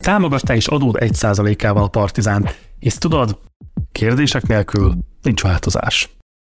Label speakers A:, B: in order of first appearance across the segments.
A: támogass és adód 1%-ával a Partizánt, és tudod, kérdések nélkül nincs változás.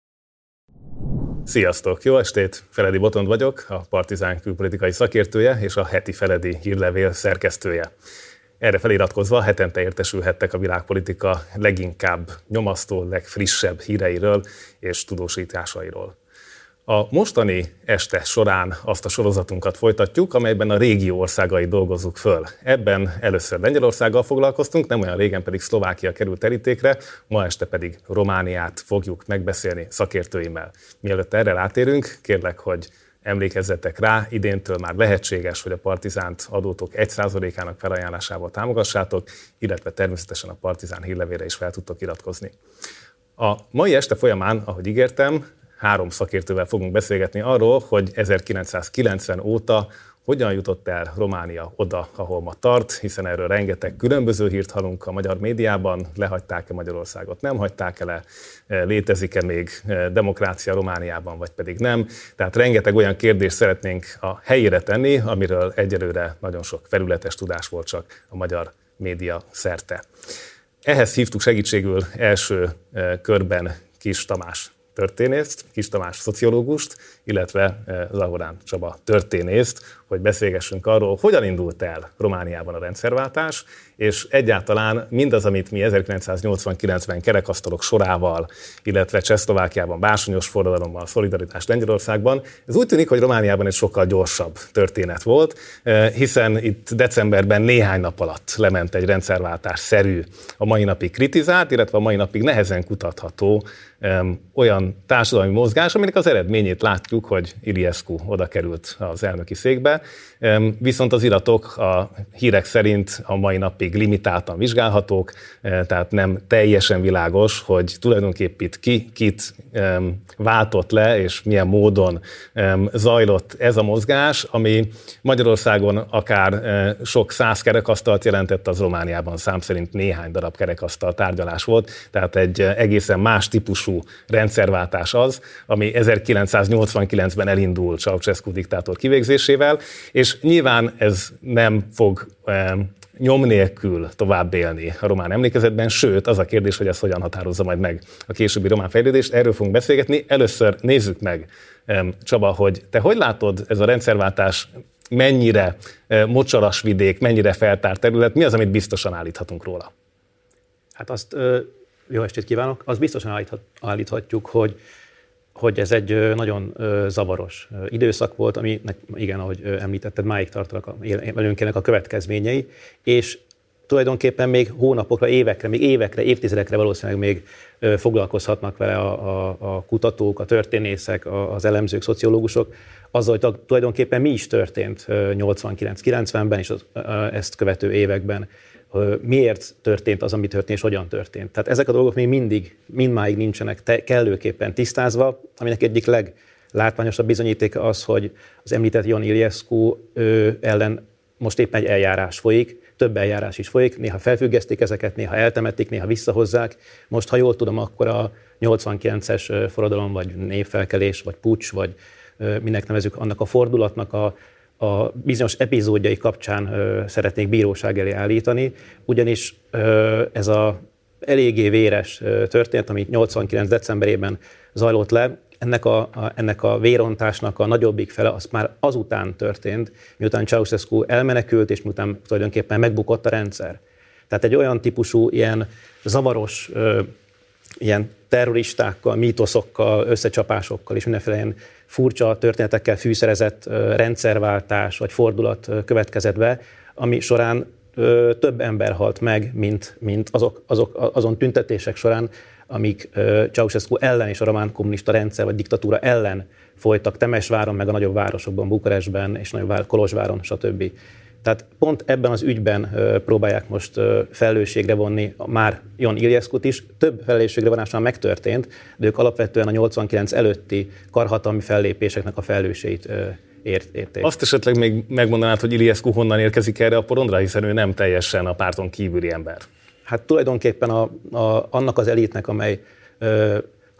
B: Sziasztok! Jó estét! Feledi Botond vagyok, a Partizán külpolitikai szakértője és a heti Feledi hírlevél szerkesztője. Erre feliratkozva hetente értesülhettek a világpolitika leginkább nyomasztó, legfrissebb híreiről és tudósításairól. A mostani este során azt a sorozatunkat folytatjuk, amelyben a régió országait dolgozzuk föl. Ebben először Lengyelországgal foglalkoztunk, nem olyan régen pedig Szlovákia került terítékre, ma este pedig Romániát fogjuk megbeszélni szakértőimmel. Mielőtt erre rátérünk, kérlek, hogy emlékezzetek rá, idéntől már lehetséges, hogy a Partizánt adótok 1%-ának felajánlásával támogassátok, illetve természetesen a Partizán hírlevélre is fel tudtok iratkozni. A mai este folyamán, ahogy ígértem, 3 szakértővel fogunk beszélgetni arról, hogy 1990 óta hogyan jutott el Románia oda, ahol ma tart, hiszen erről rengeteg különböző hírt hallunk a magyar médiában, lehagyták-e Magyarországot, nem hagyták-e le, létezik-e még demokrácia Romániában, vagy pedig nem. Tehát rengeteg olyan kérdést szeretnénk a helyére tenni, amiről egyelőre nagyon sok felületes tudás volt csak a magyar média szerte. Ehhez hívtuk segítségül első körben Kiss Tamás történészt, Kiss Tamás szociológust, illetve Zahorán Csaba történészt, hogy beszélgessünk arról, hogyan indult el Romániában a rendszerváltás, és egyáltalán mindaz, amit mi 1989-ben kerekasztalok sorával, illetve Csehszlovákiában, bársonyos forradalommal, szolidaritás Lengyelországban, ez úgy tűnik, hogy Romániában egy sokkal gyorsabb történet volt, hiszen itt decemberben néhány nap alatt lement egy rendszerváltás-szerű, a mai napig kritizált, illetve a mai napig nehezen kutatható olyan társadalmi mozgás, aminek az eredményét látjuk, hogy Iliescu oda került az elnöki székbe, viszont az iratok a hírek szerint a mai napig limitáltan vizsgálhatók, tehát nem teljesen világos, hogy tulajdonképpen kit váltott le, és milyen módon zajlott ez a mozgás, ami Magyarországon akár sok száz kerekasztalt jelentett, az Romániában szám szerint néhány darab kerekasztal tárgyalás volt, tehát egy egészen más típusú rendszerváltás az, ami 1989-ben elindul Ceausescu diktátor kivégzésével, és nyilván ez nem fog nyom nélkül tovább élni a román emlékezetben, sőt, az a kérdés, hogy ez hogyan határozza majd meg a későbbi román fejlődést, erről fogunk beszélgetni. Először nézzük meg, Csaba, hogy te hogy látod, ez a rendszerváltás mennyire mocsaras vidék, mennyire feltárt terület, mi az, amit biztosan állíthatunk róla?
C: Hát azt, jó estét kívánok, azt biztosan állíthatjuk, hogy ez egy nagyon zavaros időszak volt, aminek, igen, ahogy említetted, máig tartanak velünk ennek a következményei, és tulajdonképpen még hónapokra, évekre, még évekre, évtizedekre valószínűleg még foglalkozhatnak vele a kutatók, a történészek, az elemzők, szociológusok, azzal, hogy tulajdonképpen mi is történt 89-90-ben és ezt követő években, miért történt az, ami történt, és hogyan történt. Tehát ezek a dolgok még mindmáig nincsenek kellőképpen tisztázva, aminek egyik leglátványosabb bizonyítéka az, hogy az említett Ion Iliescu ellen most éppen egy eljárás folyik, több eljárás is folyik, néha felfüggesztik ezeket, néha eltemetik, néha visszahozzák. Most, ha jól tudom, akkor a 89-es forradalom, vagy névfelkelés, vagy puccs, vagy minek nevezzük annak a fordulatnak a bizonyos epizódjai kapcsán szeretnék bíróság elé állítani, ugyanis ez a eléggé véres történet, ami 89. decemberében zajlott le, ennek a vérontásnak a nagyobbik fele az már azután történt, miután Ceausescu elmenekült, és miután tulajdonképpen megbukott a rendszer. Tehát egy olyan típusú, ilyen zavaros, ilyen terroristákkal, mítoszokkal, összecsapásokkal és mindenféle ilyen furcsa történetekkel fűszerezett rendszerváltás vagy fordulat következett be, ami során több ember halt meg, mint azon tüntetések során, amik Ceausescu ellen és a román kommunista rendszer vagy diktatúra ellen folytak Temesváron, meg a nagyobb városokban, Bukarestben és Kolozsváron, stb. Tehát pont ebben az ügyben próbálják most felelősségre vonni már Ion Iliescut is. Több felelősségre vonás már megtörtént, de ők alapvetően a 89 előtti karhatalmi fellépéseknek a felelősségét érték.
B: Azt esetleg még megmondanád, hogy Iliescu honnan érkezik erre a porondra, hiszen ő nem teljesen a párton kívüli ember.
C: Hát tulajdonképpen annak az elitnek, amely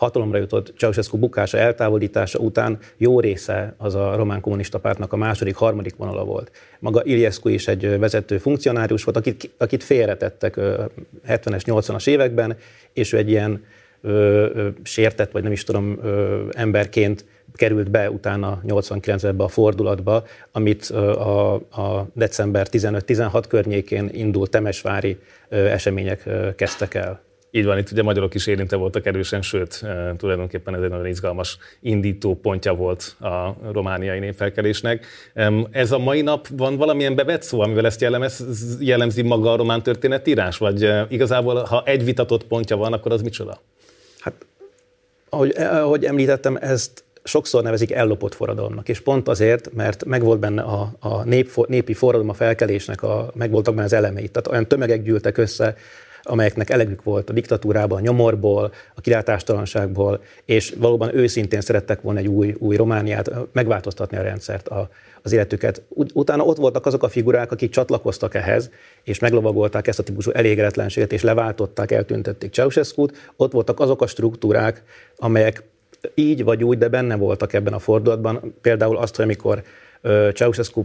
C: hatalomra jutott Ceausescu bukása, eltávolítása után jó része az a román kommunista pártnak a második, harmadik vonala volt. Maga Iliescu is egy vezető funkcionárius volt, akit félretettek 70-es, 80-as években, és ő egy ilyen sértett, vagy nem is tudom, emberként került be utána 89-ben a fordulatba, amit a december 15-16 környékén indult temesvári események kezdtek el.
B: Így van, itt ugye magyarok is érintve voltak erősen, sőt, tulajdonképpen ez egy nagyon izgalmas indító pontja volt a romániai népfelkelésnek. Ez a mai nap van valamilyen bevett szó, amivel ezt jellemzi maga a román történetírás? Vagy igazából, ha egy vitatott pontja van, akkor az micsoda?
C: Hát, ahogy említettem, ezt sokszor nevezik ellopott forradalomnak, és pont azért, mert megvolt benne a népi forradalom, a felkelésnek, megvoltak benne az elemei. Tehát olyan tömegek gyűltek össze, amelyeknek elegük volt a diktatúrában, a nyomorból, a kilátástalanságból, és valóban őszintén szerettek volna egy új Romániát, megváltoztatni a rendszert, az életüket. Utána ott voltak azok a figurák, akik csatlakoztak ehhez, és meglovagolták ezt a típusú elégedetlenséget, és leváltották, eltüntették Ceausescut. Ott voltak azok a struktúrák, amelyek így vagy úgy, de benne voltak ebben a fordulatban. Például azt, hogy amikor Ceausescu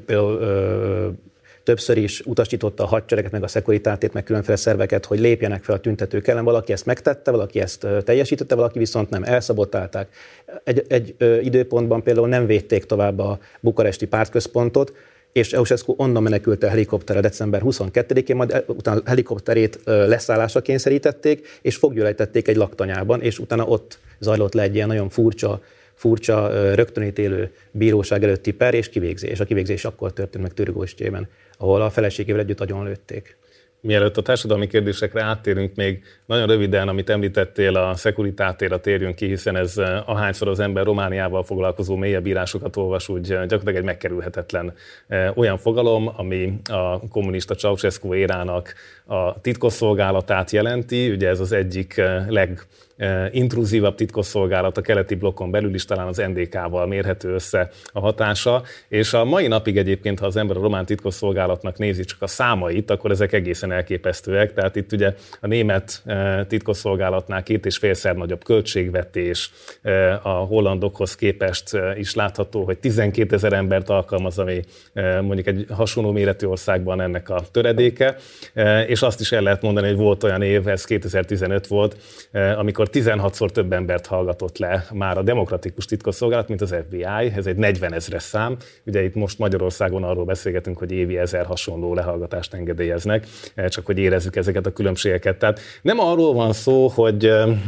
C: többször is utasította a hadsereget, meg a Securitátét, meg különféle szerveket, hogy lépjenek fel a tüntetők ellen. Valaki ezt megtette, valaki ezt teljesítette, valaki viszont nem, elszabotálták. Egy időpontban például nem védték tovább a bukaresti pártközpontot, és Ceausescu onnan menekült a helikopterre december 22-én, majd utána a helikopterét leszállásra kényszerítették, és foglyulejtették egy laktanyában, és utána ott zajlott le egy ilyen nagyon furcsa rögtönítélő bíróság előtti per és kivégzés. És a kivégzés akkor történt meg Tőrgóistjében, ahol a feleségével együtt agyonlőtték.
B: Mielőtt a társadalmi kérdésekre áttérünk, még nagyon röviden, amit említettél, a Securitátéra térjünk ki, hiszen ez ahányszor az ember Romániával foglalkozó mélyebb írásokat olvas, úgy gyakorlatilag egy megkerülhetetlen olyan fogalom, ami a kommunista Ceausescu érának a titkosszolgálatát jelenti. Ugye ez az egyik legintruzívabb titkosszolgálat a keleti blokkon belül is, talán az NDK-val mérhető össze a hatása, és a mai napig egyébként, ha az ember a román titkosszolgálatnak nézi csak a számait, akkor ezek egészen elképesztőek. Tehát itt ugye a német titkosszolgálatnál 2,5-szer nagyobb költségvetés, a hollandokhoz képest is látható, hogy 12 000 embert alkalmaz, ami mondjuk egy hasonló méretű országban ennek a töredéke, és azt is el lehet mondani, hogy volt olyan év, ez 2015 volt, amikor 16-szor több embert hallgatott le már a demokratikus titkosszolgálat, mint az FBI, ez egy 40 000-es szám. Ugye itt most Magyarországon arról beszélgetünk, hogy évi 1000 hasonló lehallgatást engedélyeznek, csak hogy érezzük ezeket a különbségeket. Tehát nem arról van szó, hogy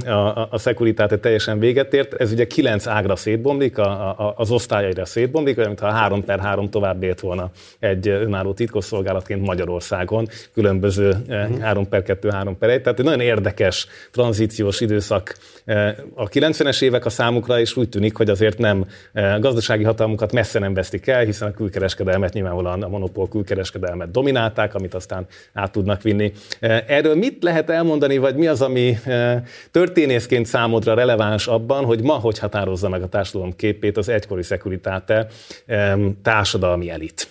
B: a Securitate teljesen véget ért, ez ugye 9 ágra szétbomlik, az osztályaira szétbomlik, olyan, mintha 3x3 tovább élt volna egy önálló titkosszolgálatként Magyarországon, különböző 3x2, 3x1, tehát egy nagyon érdekes tranzíciós időszak a 90-es évek a számukra, és úgy tűnik, hogy azért nem gazdasági hatalmukat messze nem vesztik el, hiszen a külkereskedelmet nyilvánvalóan a monopól külkereskedelmet dominálták, amit aztán át tudnak vinni. Erről mit lehet elmondani, vagy mi az, ami történészként számodra releváns abban, hogy ma hogy határozza meg a társadalom képét az egykori Securitate társadalmi elit?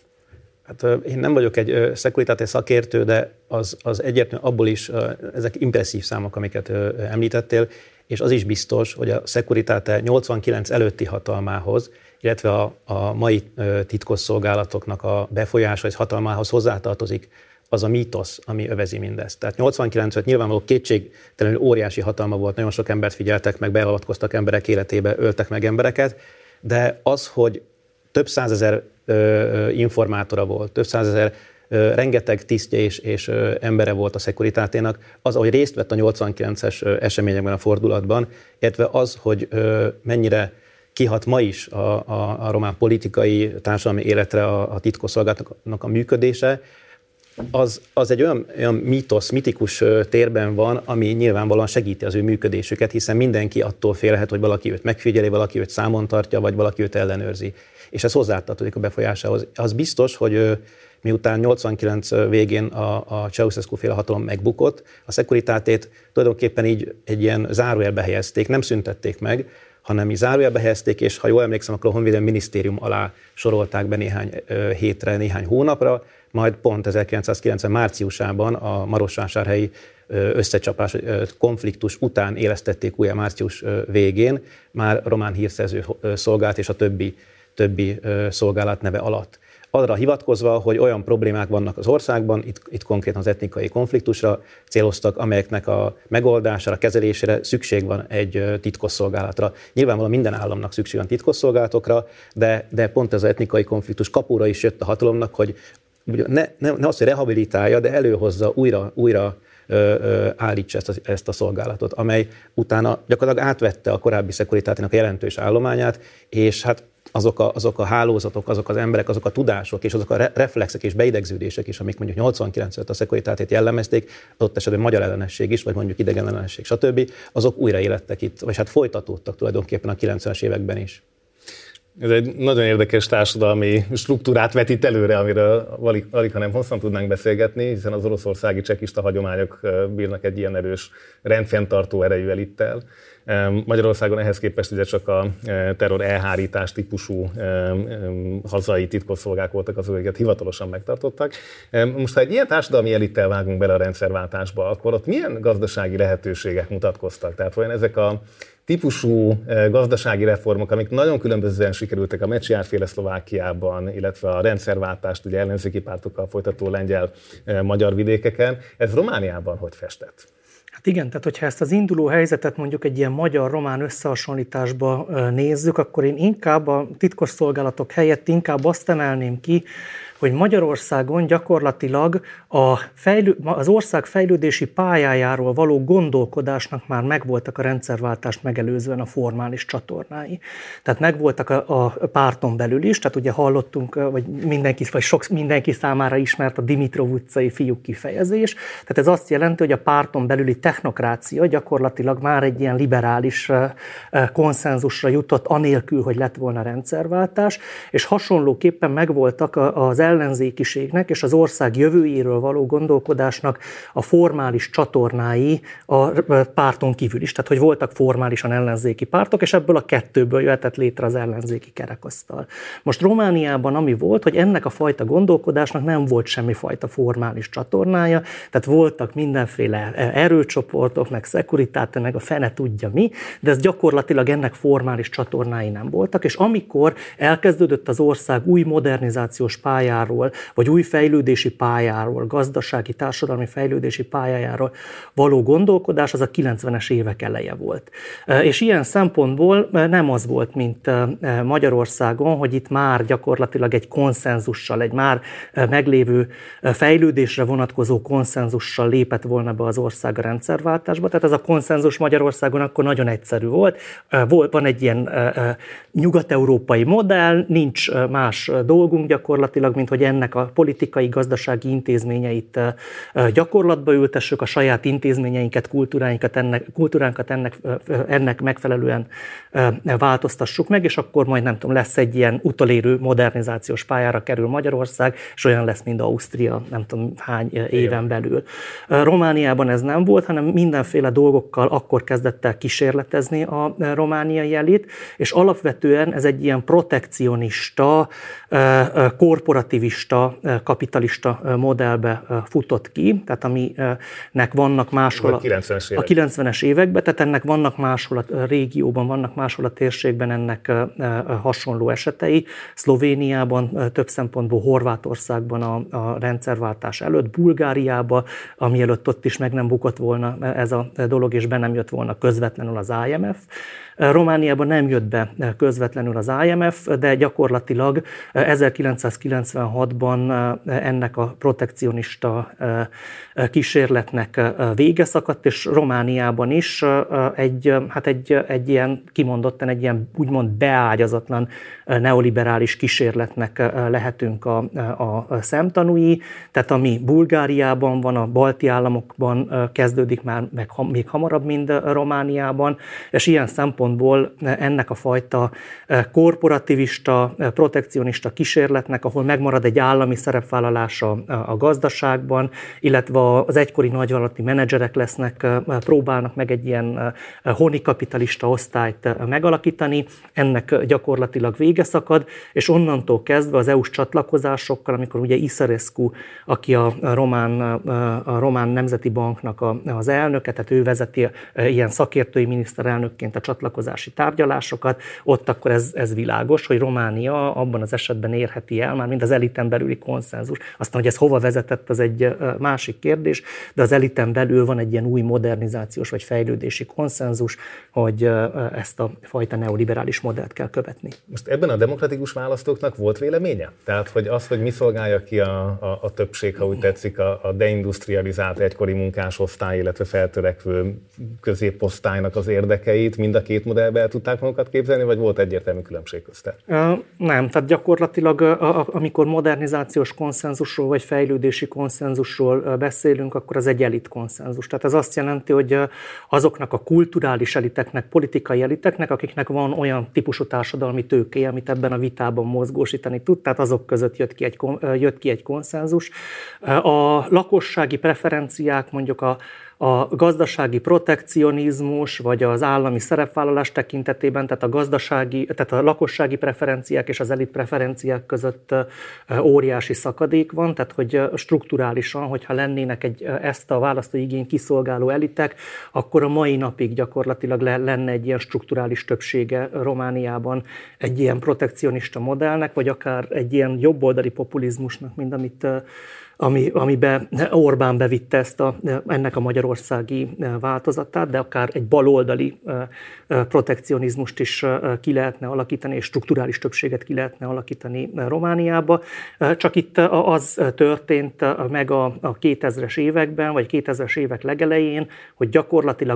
C: Hát én nem vagyok egy Securitate szakértő, de az egyértelmű abból is, ezek impresszív számok, amiket említettél, és az is biztos, hogy a Securitate 89 előtti hatalmához, illetve a mai titkosszolgálatoknak a befolyása és hatalmához hozzátartozik az a mítosz, ami övezi mindezt. Tehát 89-öt nyilvánvaló kétségtelenül óriási hatalma volt, nagyon sok embert figyeltek meg, beavatkoztak emberek életébe, öltek meg embereket, de az, hogy több százezer informátora volt, több százezer rengeteg tisztje és embere volt a Securitáténak, az, ahogy részt vett a 89-es eseményekben, a fordulatban, illetve az, hogy mennyire kihat ma is a román politikai, társadalmi életre a titkosszolgálatnak a működése, az egy olyan mítosz, mitikus térben van, ami nyilvánvalóan segíti az ő működésüket, hiszen mindenki attól félhet, hogy valaki őt megfigyeli, valaki őt számon tartja, vagy valaki őt ellenőrzi. És ez hozzátartozik a befolyásához. Az biztos, hogy miután 89 végén a Ceausescu-féle hatalom megbukott, a Securitátét tulajdonképpen így egy ilyen zárójelbe helyezték, nem szüntették meg, hanem így zárójelbe helyezték, és ha jól emlékszem, akkor a Honvédelmi Minisztérium alá sorolták be néhány hétre, néhány hónapra, majd pont 1990 márciusában a marosvásárhelyi összecsapás, konfliktus után élesztették újra március végén, már román hírszerző szolgált és a többi szolgálat neve alatt. Arra hivatkozva, hogy olyan problémák vannak az országban, itt konkrétan az etnikai konfliktusra céloztak, amelyeknek a megoldására, kezelésére szükség van egy titkosszolgálatra. Nyilvánvalóan minden államnak szükség van titkosszolgálatokra, de pont ez az etnikai konfliktus kapura is jött a hatalomnak, hogy ne azt, hogy rehabilitálja, de előhozza újra állítsa ezt a szolgálatot, amely utána gyakorlatilag átvette a korábbi Securitátének a jelentős állományát, és hát azok a hálózatok, azok az emberek, azok a tudások és azok a reflexek és beidegződések is, amik mondjuk 89-ben a Securitátét jellemezték, ott esetben magyar ellenesség is, vagy mondjuk idegen ellenesség, stb., azok újraélettek itt, vagy hát folytatódtak tulajdonképpen a 90-es években is.
B: Ez egy nagyon érdekes társadalmi struktúrát vetít előre, amiről alig, ha nem hosszan tudnánk beszélgetni, hiszen az oroszországi csekista hagyományok bírnak egy ilyen erős rendfenntartó erejű elittel. Magyarországon ehhez képest ugye csak a terror elhárítás típusú hazai titkosszolgák voltak azok, akiket hivatalosan megtartottak. Most, ha egy ilyen társadalmi elittel vágunk bele a rendszerváltásba, akkor ott milyen gazdasági lehetőségek mutatkoztak? Tehát vajon ezek a típusú gazdasági reformok, amik nagyon különbözően sikerültek a Mečiar-féle Szlovákiában, illetve a rendszerváltást ugye ellenzéki pártokkal folytató lengyel-magyar vidékeken, ez Romániában hogy festett?
D: Hát igen, tehát hogyha ezt az induló helyzetet mondjuk egy ilyen magyar-román összehasonlításba nézzük, akkor én inkább a titkosszolgálatok helyett inkább azt emelném ki, hogy Magyarországon gyakorlatilag az ország fejlődési pályájáról való gondolkodásnak már megvoltak a rendszerváltást megelőzően a formális csatornái. Tehát megvoltak a párton belül is, tehát ugye hallottunk, vagy mindenki számára ismert a Dimitrov utcai fiúk kifejezés. Tehát ez azt jelenti, hogy a párton belüli technokrácia gyakorlatilag már egy ilyen liberális konszenzusra jutott, anélkül, hogy lett volna rendszerváltás, és hasonlóképpen megvoltak az ellenzékiségnek és az ország jövőjéről való gondolkodásnak a formális csatornái a párton kívül is. Tehát, hogy voltak formálisan ellenzéki pártok, és ebből a kettőből jöhetett létre az ellenzéki kerekasztal. Most Romániában ami volt, hogy ennek a fajta gondolkodásnak nem volt semmifajta formális csatornája, tehát voltak mindenféle erőcsoportok, meg Securitate, meg a fene tudja mi, de ez gyakorlatilag ennek formális csatornái nem voltak, és amikor elkezdődött az ország új modernizációs pályáról, vagy új fejlődési pályáról, gazdasági, társadalmi fejlődési pályájáról való gondolkodás, az a 90-es évek eleje volt. És ilyen szempontból nem az volt, mint Magyarországon, hogy itt már gyakorlatilag egy konszenzussal, egy már meglévő fejlődésre vonatkozó konszenzussal lépett volna be az ország a rendszerváltásba. Tehát ez a konszenzus Magyarországon akkor nagyon egyszerű volt. Van egy ilyen nyugat-európai modell, nincs más dolgunk gyakorlatilag, mint hogy ennek a politikai, gazdasági intézményeit gyakorlatba ültessük, a saját intézményeinket, kultúránkat ennek megfelelően változtassuk meg, és akkor majd nem tudom, lesz egy ilyen utolérő modernizációs pályára kerül Magyarország, és olyan lesz, mint Ausztria, nem tudom hány éven belül. Romániában ez nem volt, hanem mindenféle dolgokkal akkor kezdett el kísérletezni a romániai elit, és alapvetően ez egy ilyen protekcionista, korporativista, kapitalista modellbe futott ki, tehát aminek vannak máshol a 90-es években, tehát ennek vannak máshol a régióban, vannak máshol a térségben ennek hasonló esetei. Szlovéniában, több szempontból Horvátországban a rendszerváltás előtt, Bulgáriában, ami előtt ott is meg nem bukott volna ez a dolog, és be nem jött volna közvetlenül az IMF. Romániában nem jött be közvetlenül az IMF, de gyakorlatilag 1996-ban ennek a protekcionista kísérletnek vége szakadt, és Romániában is egy ilyen kimondottan egy ilyen úgymond beágyazatlan neoliberális kísérletnek lehetünk a szemtanúi. Tehát ami Bulgáriában van, a balti államokban kezdődik már még hamarabb, mint Romániában, és ilyen szempontból ennek a fajta korporativista, protekcionista kísérletnek, ahol megmarad megmarad egy állami szerepvállalás a gazdaságban, illetve az egykori nagyvállalati menedzserek próbálnak meg egy ilyen honi kapitalista osztályt megalakítani, ennek gyakorlatilag vége szakad, és onnantól kezdve az EU-s csatlakozásokkal, amikor ugye Iserescu, aki a Román Nemzeti Banknak az elnöke, tehát ő vezeti ilyen szakértői miniszterelnökként a csatlakozási tárgyalásokat, ott akkor ez világos, hogy Románia abban az esetben érheti el, már mind az eliten belüli konszenzus. Aztán, hogy ez hova vezetett, az egy másik kérdés, de az eliten belül van egy ilyen új modernizációs vagy fejlődési konszenzus, hogy ezt a fajta neoliberális modellt kell követni.
B: Most ebben a demokratikus választóknak volt véleménye? Tehát, hogy mi szolgálja ki a többség, ha úgy tetszik, a deindustrializált egykori munkásosztály, illetve feltörekvő középosztálynak az érdekeit, mind a két modellbe el tudták magukat képzelni, vagy volt egyértelmű különbség közte?
D: Nem, tehát gyakorlatilag amikor modernizációs konszenzusról vagy fejlődési konszenzusról beszélünk, akkor az egy elit konszenzus. Tehát ez azt jelenti, hogy azoknak a kulturális eliteknek, politikai eliteknek, akiknek van olyan típusú társadalmi tőkéje, amit ebben a vitában mozgósítani tud, tehát azok között jött ki egy konszenzus. A lakossági preferenciák, mondjuk a gazdasági protekcionizmus, vagy az állami szerepvállalás tekintetében, tehát a lakossági preferenciák és az elit preferenciák között óriási szakadék van, tehát hogy strukturálisan, hogyha lennének ezt a választói igényt kiszolgáló elitek, akkor a mai napig gyakorlatilag lenne egy ilyen strukturális többsége Romániában egy ilyen protekcionista modellnek, vagy akár egy ilyen jobboldali populizmusnak, mint amiben Orbán bevitte ennek a magyarországi változatát, de akár egy baloldali protekcionizmust is ki lehetne alakítani, és strukturális többséget ki lehetne alakítani Romániába. Csak itt az történt meg a 2000-es években, vagy 2000-es évek legelején, hogy gyakorlatilag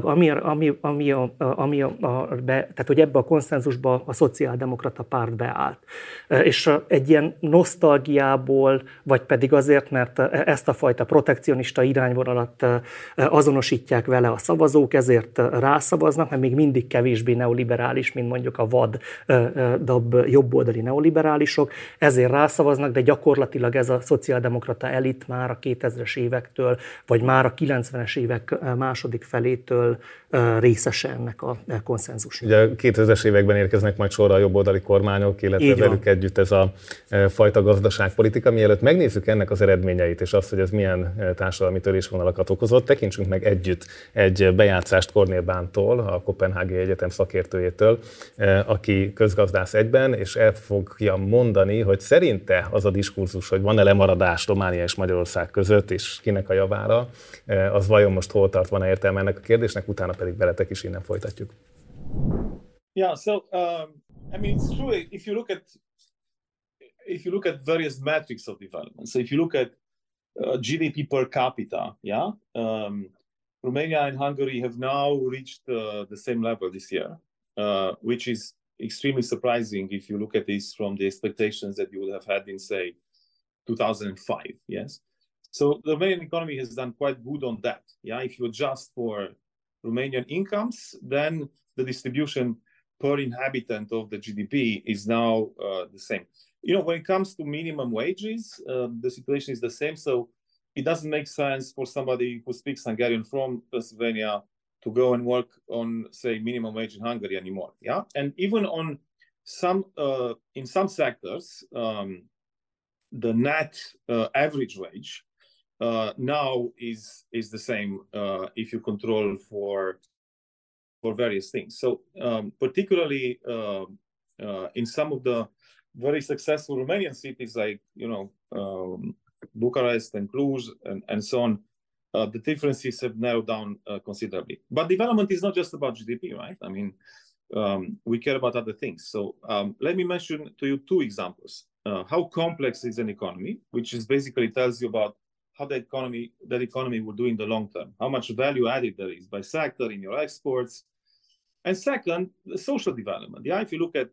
D: tehát hogy ebbe a konszenzusba a szociáldemokrata párt beállt. És egy ilyen nosztalgiából, vagy pedig azért, mert ezt a fajta protekcionista irányvonalat azonosítják vele a szavazók, ezért rászavaznak, mert még mindig kevésbé neoliberális, mint mondjuk a vadabb jobboldali neoliberálisok, ezért rászavaznak, de gyakorlatilag ez a szociáldemokrata elit már a 2000-es évektől, vagy már a 90-es évek második felétől részese ennek a konszenzusnak.
B: Ugye a 2000-es években érkeznek majd sorra a jobboldali kormányok, illetve velük együtt ez a fajta gazdaságpolitika. Mielőtt megnézzük ennek az eredményeit, és azt, hogy ez milyen társadalmi törésvonalakat okozott, tekintsünk meg együtt egy bejátszást Kornél Bántól, a Koppenhágai Egyetem szakértőjétől, aki közgazdász egyben, és el fogja mondani, hogy szerinte az a diskurzus, hogy van-e lemaradás Románia és Magyarország között, és kinek a javára, az vajon most hol tart, van-e értelme ennek a kérdésnek, utána pedig veletek is innen folytatjuk.
E: Yeah, so I mean, it's true if you look at various metrics of development. So if you look at GDP per capita, Romania and Hungary have now reached the same level this year, which is extremely surprising if you look at this from the expectations that you would have had in, say, 2005. Yes. So the Romanian economy has done quite good on that. Yeah, if you adjust for Romanian incomes, then the distribution per inhabitant of the GDP is now the same. You know, when it comes to minimum wages, the situation is the same. So it doesn't make sense for somebody who speaks Hungarian from Pennsylvania to go and work on, say, minimum wage in Hungary anymore. Yeah, and even on some in some sectors, the net average wage now is the same if you control for various things. So particularly in some of the very successful Romanian cities like, you know, Bucharest and Cluj and so on, the differences have narrowed down considerably. But development is not just about GDP, right? I mean, we care about other things. So let me mention to you two examples. How complex is an economy, which is basically tells you about how that economy will do in the long term, how much value added there is by sector in your exports. And second, the social development. Yeah, if you look at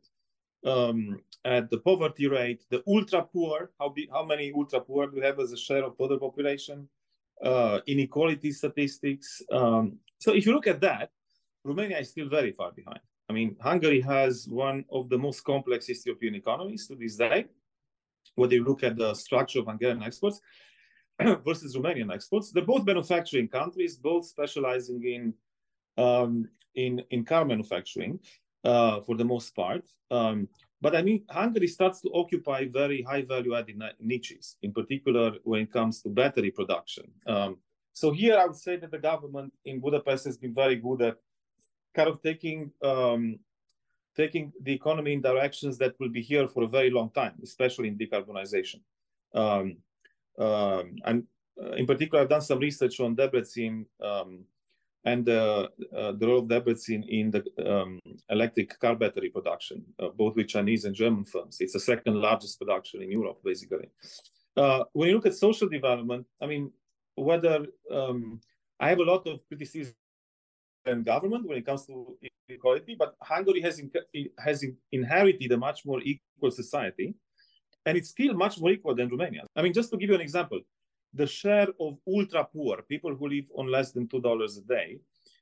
E: the poverty rate, the ultra poor, how many ultra poor do we have as a share of total population, inequality statistics. So if you look at that, Romania is still very far behind. I mean, Hungary has one of the most complex East European economies to this day. whether you look at the structure of Hungarian exports versus Romanian exports, they're both manufacturing countries, both specializing in car manufacturing for the most part. But I mean, Hungary starts to occupy very high value-added niches, in particular when it comes to battery production. So here I would say that the government in Budapest has been very good at kind of taking the economy in directions that will be here for a very long time, especially in decarbonization. And in particular, I've done some research on Debrecen and the role of Debrecen in the electric car battery production, both with Chinese and German firms. It's the second largest production in Europe, basically. When you look at social development, I mean, whether I have a lot of criticism in government when it comes to equality, but Hungary has inherited a much more equal society, and it's still much more equal than Romania. I mean, just to give you an example, the share of ultra poor people who live on less than $2 a day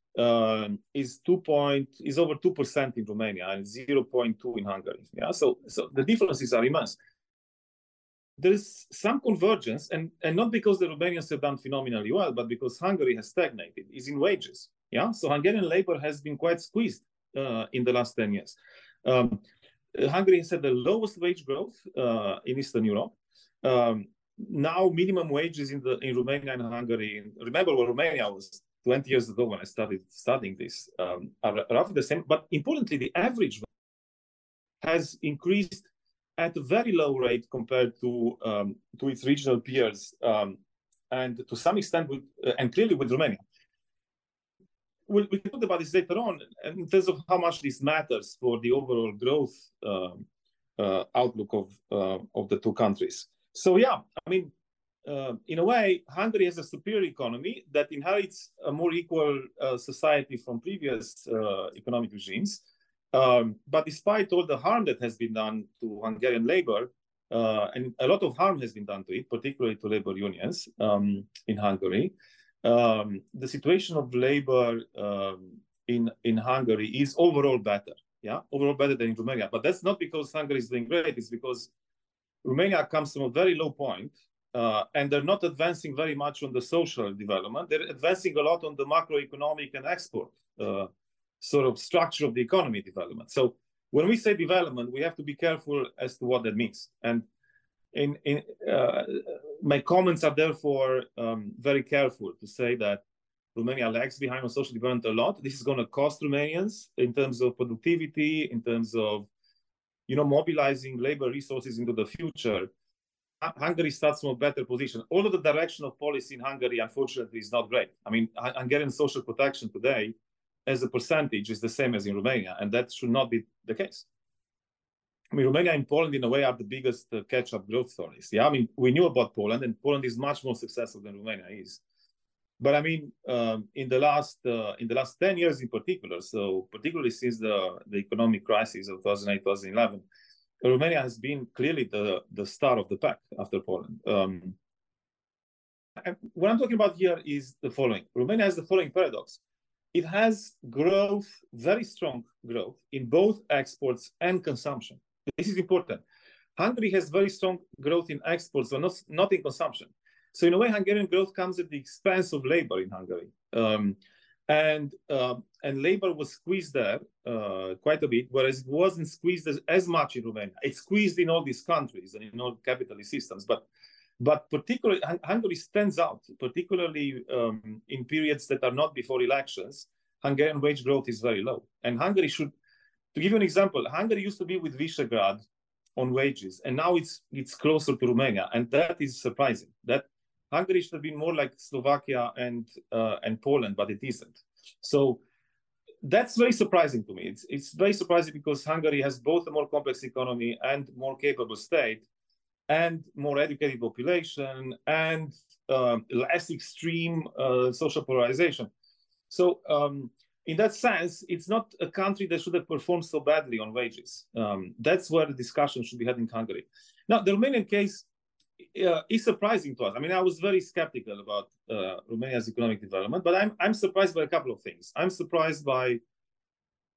E: is over 2% in Romania and 0.2 in Hungary. Yeah, so the differences are immense. There is some convergence, and not because the Romanians have done phenomenally well, but because Hungary has stagnated, is in wages. Yeah, so Hungarian labor has been quite squeezed in the last 10 years. Hungary has had the lowest wage growth in Eastern Europe. Now, minimum wages in Romania and Hungary, remember what Romania was 20 years ago when I started studying this, are roughly the same. But importantly, the average has increased at a very low rate compared to its regional peers, and to some extent, and clearly with Romania. We talked about this later on in terms of how much this matters for the overall growth outlook of the two countries. So yeah, I mean, in a way, Hungary has a superior economy that inherits a more equal society from previous economic regimes. But despite all the harm that has been done to Hungarian labor, and a lot of harm has been done to it, particularly to labor unions in Hungary, the situation of labor in Hungary is overall better. Yeah, overall better than in Romania. But that's not because Hungary is doing great. It's because Romania comes from a very low point, and they're not advancing very much on the social development. They're advancing a lot on the macroeconomic and export sort of structure of the economy development. So when we say development, we have to be careful as to what that means. And my comments are therefore very careful to say that Romania lags behind on social development a lot. This is going to cost Romanians in terms of productivity, in terms of mobilizing labor resources into the future. Hungary starts from a better position. Although the direction of policy in Hungary, unfortunately, is not great. I mean, Hungarian social protection today, as a percentage, is the same as in Romania, and that should not be the case. I mean, Romania and Poland, in a way, are the biggest catch-up growth stories. Yeah, I mean, we knew about Poland, and Poland is much more successful than Romania is. But I mean, in the last 10 years in particular, so particularly since the economic crisis of 2008, 2011, Romania has been clearly the star of the pack after Poland. What I'm talking about here is the following. Romania has the following paradox. It has growth, very strong growth, in both exports and consumption. This is important. Hungary has very strong growth in exports, but not in consumption. So in a way, Hungarian growth comes at the expense of labor in Hungary. And labor was squeezed there quite a bit, whereas it wasn't squeezed as much in Romania. It's squeezed in all these countries and in all capitalist systems. But particularly, Hungary stands out, particularly in periods that are not before elections. Hungarian wage growth is very low. And Hungary should, to give you an example, Hungary used to be with Visegrad on wages, and now it's closer to Romania. And that is surprising. That Hungary should have been more like Slovakia and Poland, but it isn't. So that's very surprising to me. It's very surprising because Hungary has both a more complex economy and more capable state, and more educated population, and less extreme social polarization. So in that sense, it's not a country that should have performed so badly on wages. That's where the discussion should be had in Hungary. Now, the Romanian case is surprising to us. I mean, I was very skeptical about Romania's economic development, but I'm surprised by a couple of things. I'm surprised by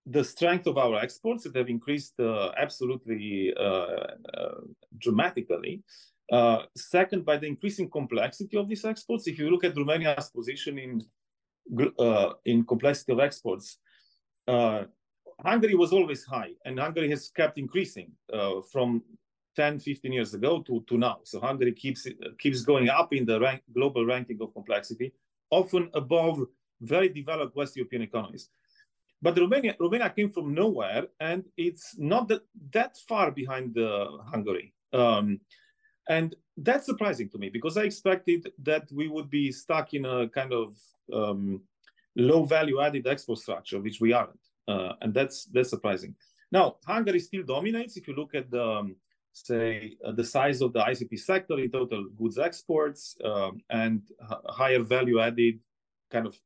E: the strength of our exports that have increased absolutely dramatically. Second, by the increasing complexity of these exports. If you look at Romania's position in complexity of exports, Hungary was always high, and Hungary has kept increasing from 10, 15 years ago to now. So Hungary keeps going up in the global ranking of complexity, often above very developed West European economies. But Romania came from nowhere, and it's not that far behind Hungary. And that's surprising to me, because I expected that we would be stuck in a kind of low value added export structure, which we aren't. And that's surprising. Now, Hungary still dominates. If you look at the size of the ICT sector in total goods exports and higher value added kind of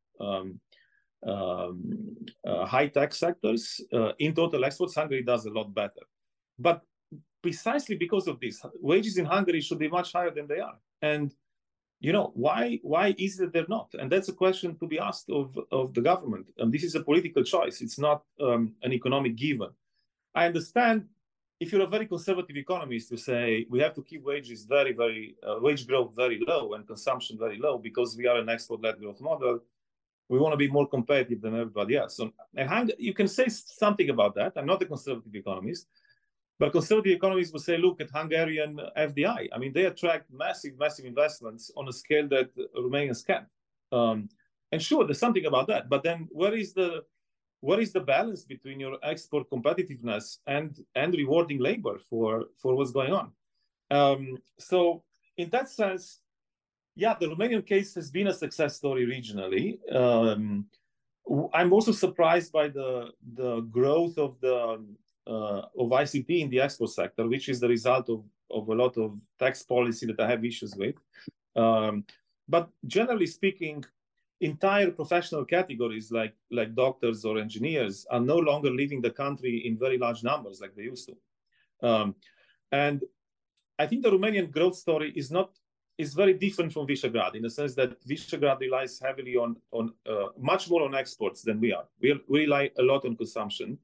E: high-tech sectors, in total exports, Hungary does a lot better. But precisely because of this, wages in Hungary should be much higher than they are. And, why is it they're not? And that's a question to be asked of the government. And this is a political choice. It's not an economic given. I understand if you're a very conservative economist to say we have to keep wages wage growth very low and consumption very low because we are an export-led growth model. We want to be more competitive than everybody else. And you can say something about that. I'm not a conservative economist, but conservative economists will say, look at Hungarian FDI. I mean, they attract massive investments on a scale that Romanians can't. And sure, there's something about that. But then where is the balance between your export competitiveness and rewarding labor for what's going on? So in that sense, yeah, the Romanian case has been a success story regionally. I'm also surprised by the growth of ICT in the export sector, which is the result of a lot of tax policy that I have issues with. But generally speaking, entire professional categories like doctors or engineers are no longer leaving the country in very large numbers like they used to. And I think the Romanian growth story is very different from Visegrad in the sense that Visegrad relies heavily on much more on exports than we are. We rely a lot on consumption.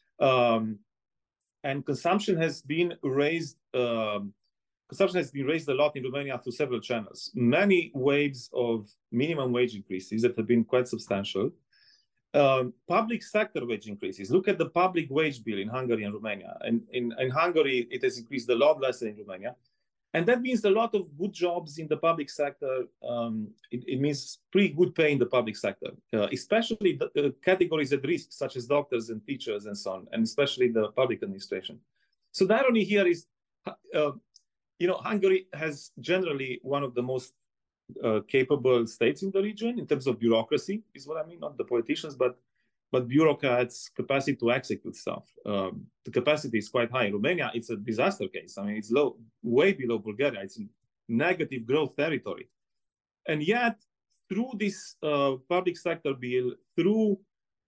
E: And consumption has been raised a lot in Romania through several channels. Many waves of minimum wage increases that have been quite substantial. Public sector wage increases. Look at the public wage bill in Hungary and Romania. And in Hungary, it has increased a lot less than in Romania. And that means a lot of good jobs in the public sector. It means pretty good pay in the public sector, especially the categories at risk, such as doctors and teachers and so on, and especially the public administration. So the irony here is, Hungary has generally one of the most capable states in the region in terms of bureaucracy, is what I mean, not the politicians, but bureaucrats' capacity to execute stuff. The capacity is quite high. In Romania, it's a disaster case. I mean, it's low, way below Bulgaria. It's in negative growth territory. And yet, through this public sector bill, through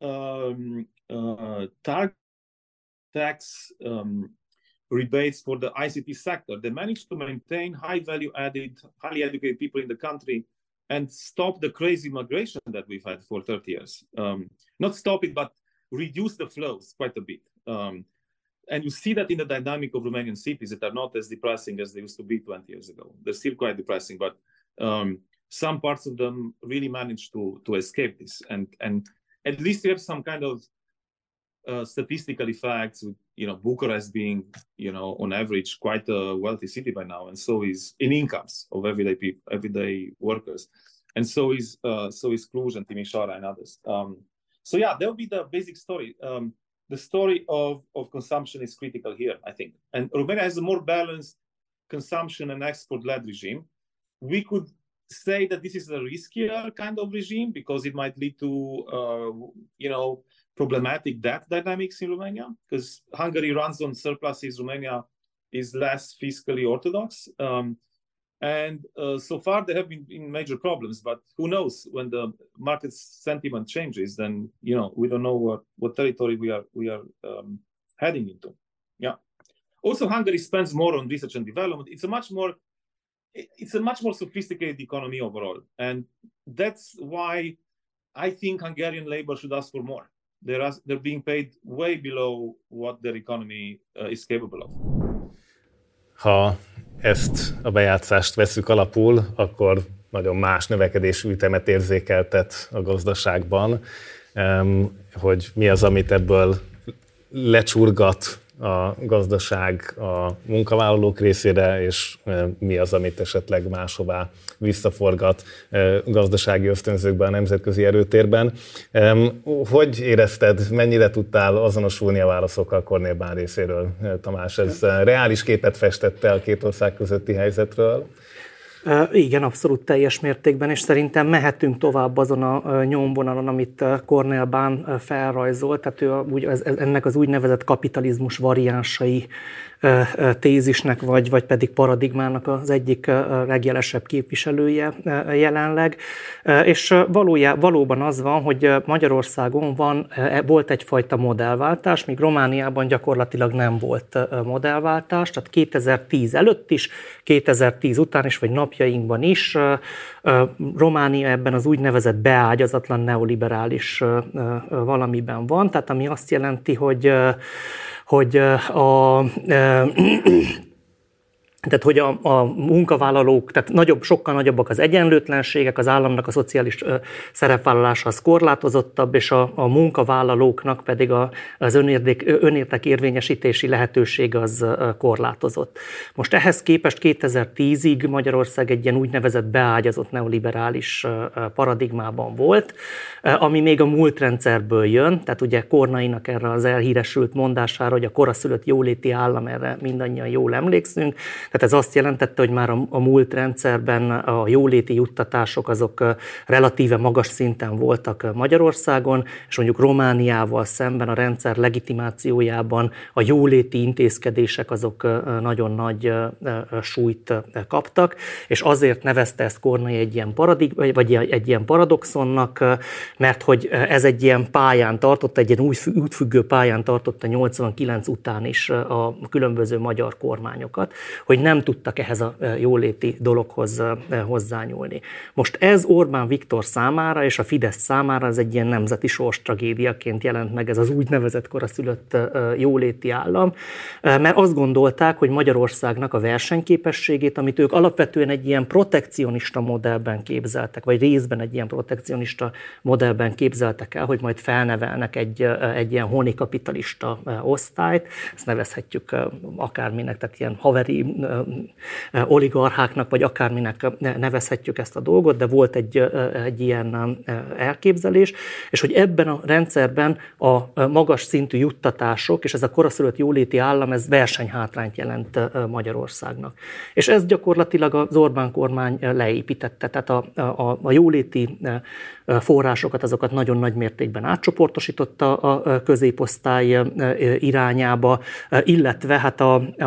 E: tax rebates for the ICT sector, they managed to maintain high value added, highly educated people in the country and stop the crazy migration that we've had for 30 years. Not stop it, but reduce the flows quite a bit. And you see that in the dynamic of Romanian cities that are not as depressing as they used to be 20 years ago. They're still quite depressing, but some parts of them really managed to escape this. And at least you have some kind of statistical effects with, Bucharest being, on average, quite a wealthy city by now, and so is in incomes of everyday people, everyday workers, and so is Cluj and Timișoara and others. So yeah, that would be the basic story. The story of consumption is critical here, I think, and Romania has a more balanced consumption and export-led regime. We could say that this is a riskier kind of regime because it might lead to, problematic debt dynamics in Romania, because Hungary runs on surpluses. Romania is less fiscally orthodox. And so far there have been major problems, but who knows, when the market sentiment changes, then, we don't know what territory we are heading into. Yeah. Also, Hungary spends more on research and development. It's a much more sophisticated economy overall. And that's why I think Hungarian labor should ask for more. they're being paid way below what their economy is capable of.
B: Ha ezt a bejátszást vesszük alapul, akkor nagyon más növekedési ütemet érzékeltet a gazdaságban, hogy mi az, amit ebből lecsurgat a gazdaság a munkavállalók részére, és mi az, amit esetleg máshová visszaforgat gazdasági ösztönzőkben a nemzetközi erőtérben. Hogy érezted, mennyire tudtál azonosulni a válaszokkal Kornél Bán részéről, Tamás? Ez reális képet festette a két ország közötti helyzetről?
D: Igen, abszolút teljes mértékben, és szerintem mehetünk tovább azon a nyomvonalon, amit Kornél Bán felrajzolt, tehát ő ennek az úgynevezett kapitalizmus variánsai tézisnek, vagy pedig paradigmának az egyik legjelesebb képviselője jelenleg. És valóban az van, hogy Magyarországon volt egyfajta modellváltás, míg Romániában gyakorlatilag nem volt modellváltás, tehát 2010 előtt is, 2010 után is, vagy napjainkban is Románia ebben az úgynevezett beágyazatlan neoliberális valamiben van, tehát ami azt jelenti, hogy a munkavállalók, tehát sokkal nagyobbak az egyenlőtlenségek, az államnak a szociális szerepvállalása az korlátozottabb, és a munkavállalóknak pedig az önérték érvényesítési lehetőség az korlátozott. Most ehhez képest 2010-ig Magyarország egy ilyen úgynevezett beágyazott neoliberális paradigmában volt, ami még a múltrendszerből jön, tehát ugye Kornainak erre az elhíresült mondására, hogy a koraszülött jóléti állam, erre mindannyian jól emlékszünk. Tehát ez azt jelentette, hogy már a múlt rendszerben a jóléti juttatások azok relatíve magas szinten voltak Magyarországon, és mondjuk Romániával szemben a rendszer legitimációjában a jóléti intézkedések azok nagyon nagy súlyt kaptak, és azért nevezte ezt Kornai egy ilyen paradoxonnak, mert hogy ez egy ilyen pályán tartott, egy ilyen útfüggő pályán tartotta 89 után is a különböző magyar kormányokat, hogy nem tudtak ehhez a jóléti dologhoz hozzányúlni. Most ez Orbán Viktor számára és a Fidesz számára ez egy ilyen nemzeti sorstragédiaként jelent meg, ez az úgynevezett koraszülött jóléti állam, mert azt gondolták, hogy Magyarországnak a versenyképességét, amit ők alapvetően egy ilyen protekcionista modellben képzeltek, vagy részben egy ilyen protekcionista modellben képzeltek el, hogy majd felnevelnek egy ilyen honikapitalista osztályt, ezt nevezhetjük akárminek, tehát ilyen haveri oligarcháknak, vagy akárminek nevezhetjük ezt a dolgot, de volt egy ilyen elképzelés, és hogy ebben a rendszerben a magas szintű juttatások, és ez a koraszülött jóléti állam, ez versenyhátrányt jelent Magyarországnak. És ezt gyakorlatilag az Orbán kormány leépítette, tehát a jóléti forrásokat, azokat nagyon nagy mértékben átcsoportosította a középosztály irányába, illetve hát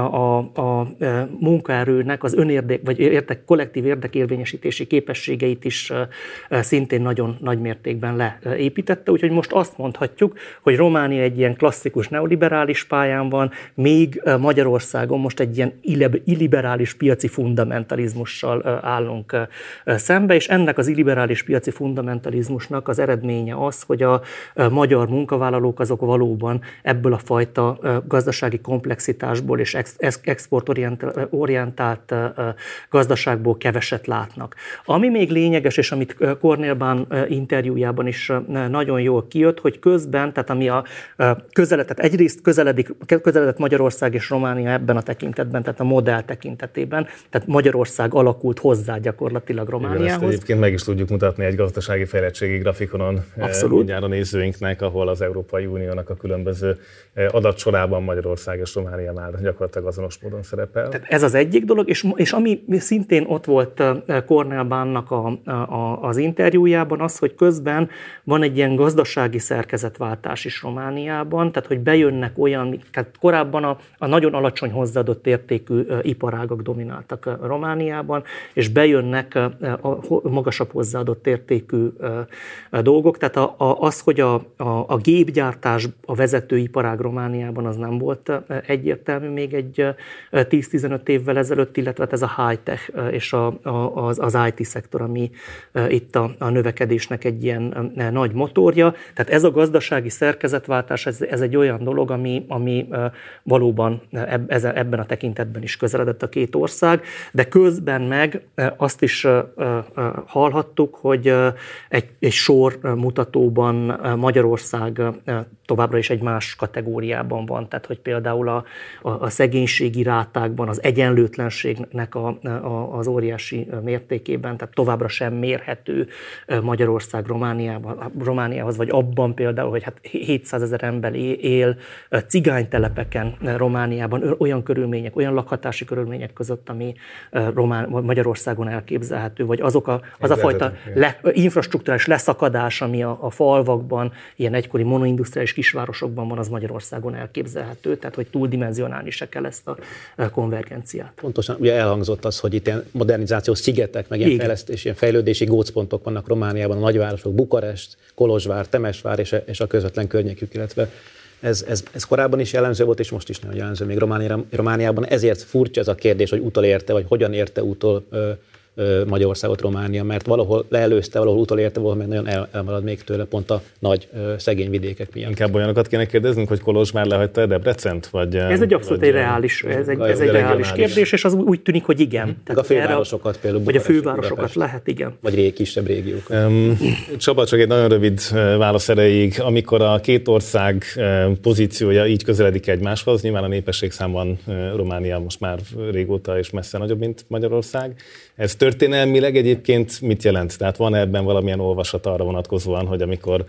D: a munkaerőnek az vagy kollektív érdekérvényesítési képességeit is szintén nagyon nagy mértékben leépítette, úgyhogy most azt mondhatjuk, hogy Románia egy ilyen klasszikus neoliberális pályán van, míg Magyarországon most egy ilyen illiberális piaci fundamentalizmussal állunk szembe, és ennek az illiberális piaci fundamentalizmusnak az eredménye az, hogy a magyar munkavállalók azok valóban ebből a fajta gazdasági komplexitásból és exportorientált gazdaságból keveset látnak. Ami még lényeges, és amit Kornél Bán interjújában is nagyon jól kijött, hogy közben, tehát ami tehát egyrészt közeledett Magyarország és Románia ebben a tekintetben, tehát a modell tekintetében, tehát Magyarország alakult hozzá gyakorlatilag Romániához.
B: Igen, ezt egyébként meg is tudjuk mutatni egy gazdasági fejlettségi grafikonon mindjárt a nézőinknek, ahol az Európai Uniónak a különböző adatsorában Magyarország és Románia már gyakorlatilag azonos módon szerepel.
D: Tehát ez az egyik dolog, és ami szintén ott volt Kornél Bánnak az interjújában az, hogy közben van egy ilyen gazdasági szerkezetváltás is Romániában, tehát hogy bejönnek olyan, tehát korábban a nagyon alacsony hozzáadott értékű iparágak domináltak Romániában, és bejönnek a magasabb hozzáadott értékű dolgok, tehát az, hogy a gépgyártás a vezető iparág Romániában az nem volt egyértelmű még egy 10-15 15 évvel ezelőtt, illetve ez a high-tech és az IT szektor, ami itt a növekedésnek egy ilyen nagy motorja. Tehát ez a gazdasági szerkezetváltás, ez egy olyan dolog, ami valóban ebben a tekintetben is közeledett a két ország, de közben meg azt is hallhattuk, hogy egy sor mutatóban Magyarország továbbra is egy más kategóriában van, tehát hogy például a szegénységi rátákban, az egyenlőtlenségnek az óriási mértékében, tehát továbbra sem mérhető Magyarország Romániához, vagy abban például, hogy hát 700 000 ember él cigánytelepeken Romániában, olyan körülmények, olyan lakhatási körülmények között, ami Magyarországon elképzelhető, vagy az a fajta infrastrukturális leszakadás, ami a falvakban, ilyen egykori monoindustriális kisvárosokban van, az Magyarországon elképzelhető, tehát hogy túldimenzionálni se kell ezt a konvergenciát.
C: Pontosan, ugye elhangzott az, hogy itt ilyen modernizációs szigetek, meg ilyen fejlesztési, ilyen fejlődési gócpontok vannak Romániában, a nagyvárosok, Bukarest, Kolozsvár, Temesvár és a közvetlen környékük, illetve ez korábban is jellemző volt, és most is nagyon jellemző még Romániában. Ezért furcsa ez a kérdés, hogy utolérte, vagy hogyan érte utol Magyarországot Románia, mert valahol leelőzte, valahol utolérte, valahol meg nagyon elmarad még tőle, pont a nagy szegény vidékek miatt.
B: Inkább olyanokat kéne kérdeznünk, hogy Kolozsvár lehagyta Debrecent? Vagy,
D: ez egy abszolút reális kérdés, és az úgy tűnik, hogy igen.
C: Tehát a fővárosokat például.
D: Vagy a fővárosokat lehet, igen.
C: Vagy kisebb régiók.
B: Csaba, csak egy nagyon rövid válasz erejéig. Amikor a két ország pozíciója így közeledik egymáshoz, nyilván a népességszámban Románia most már régóta és messze nagyobb, mint Magyarország. Ez történelmileg egyébként mit jelent? Tehát van ebben valamilyen olvasat arra vonatkozóan, hogy amikor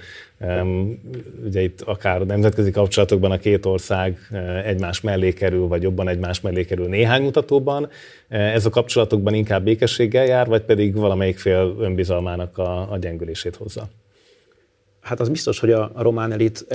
B: ugye itt akár nemzetközi kapcsolatokban a két ország egymás mellé kerül, vagy jobban egymás mellé kerül néhány mutatóban, ez a kapcsolatokban inkább békességgel jár, vagy pedig valamelyik fél önbizalmának a gyengülését hozza?
C: Hát az biztos, hogy a román elit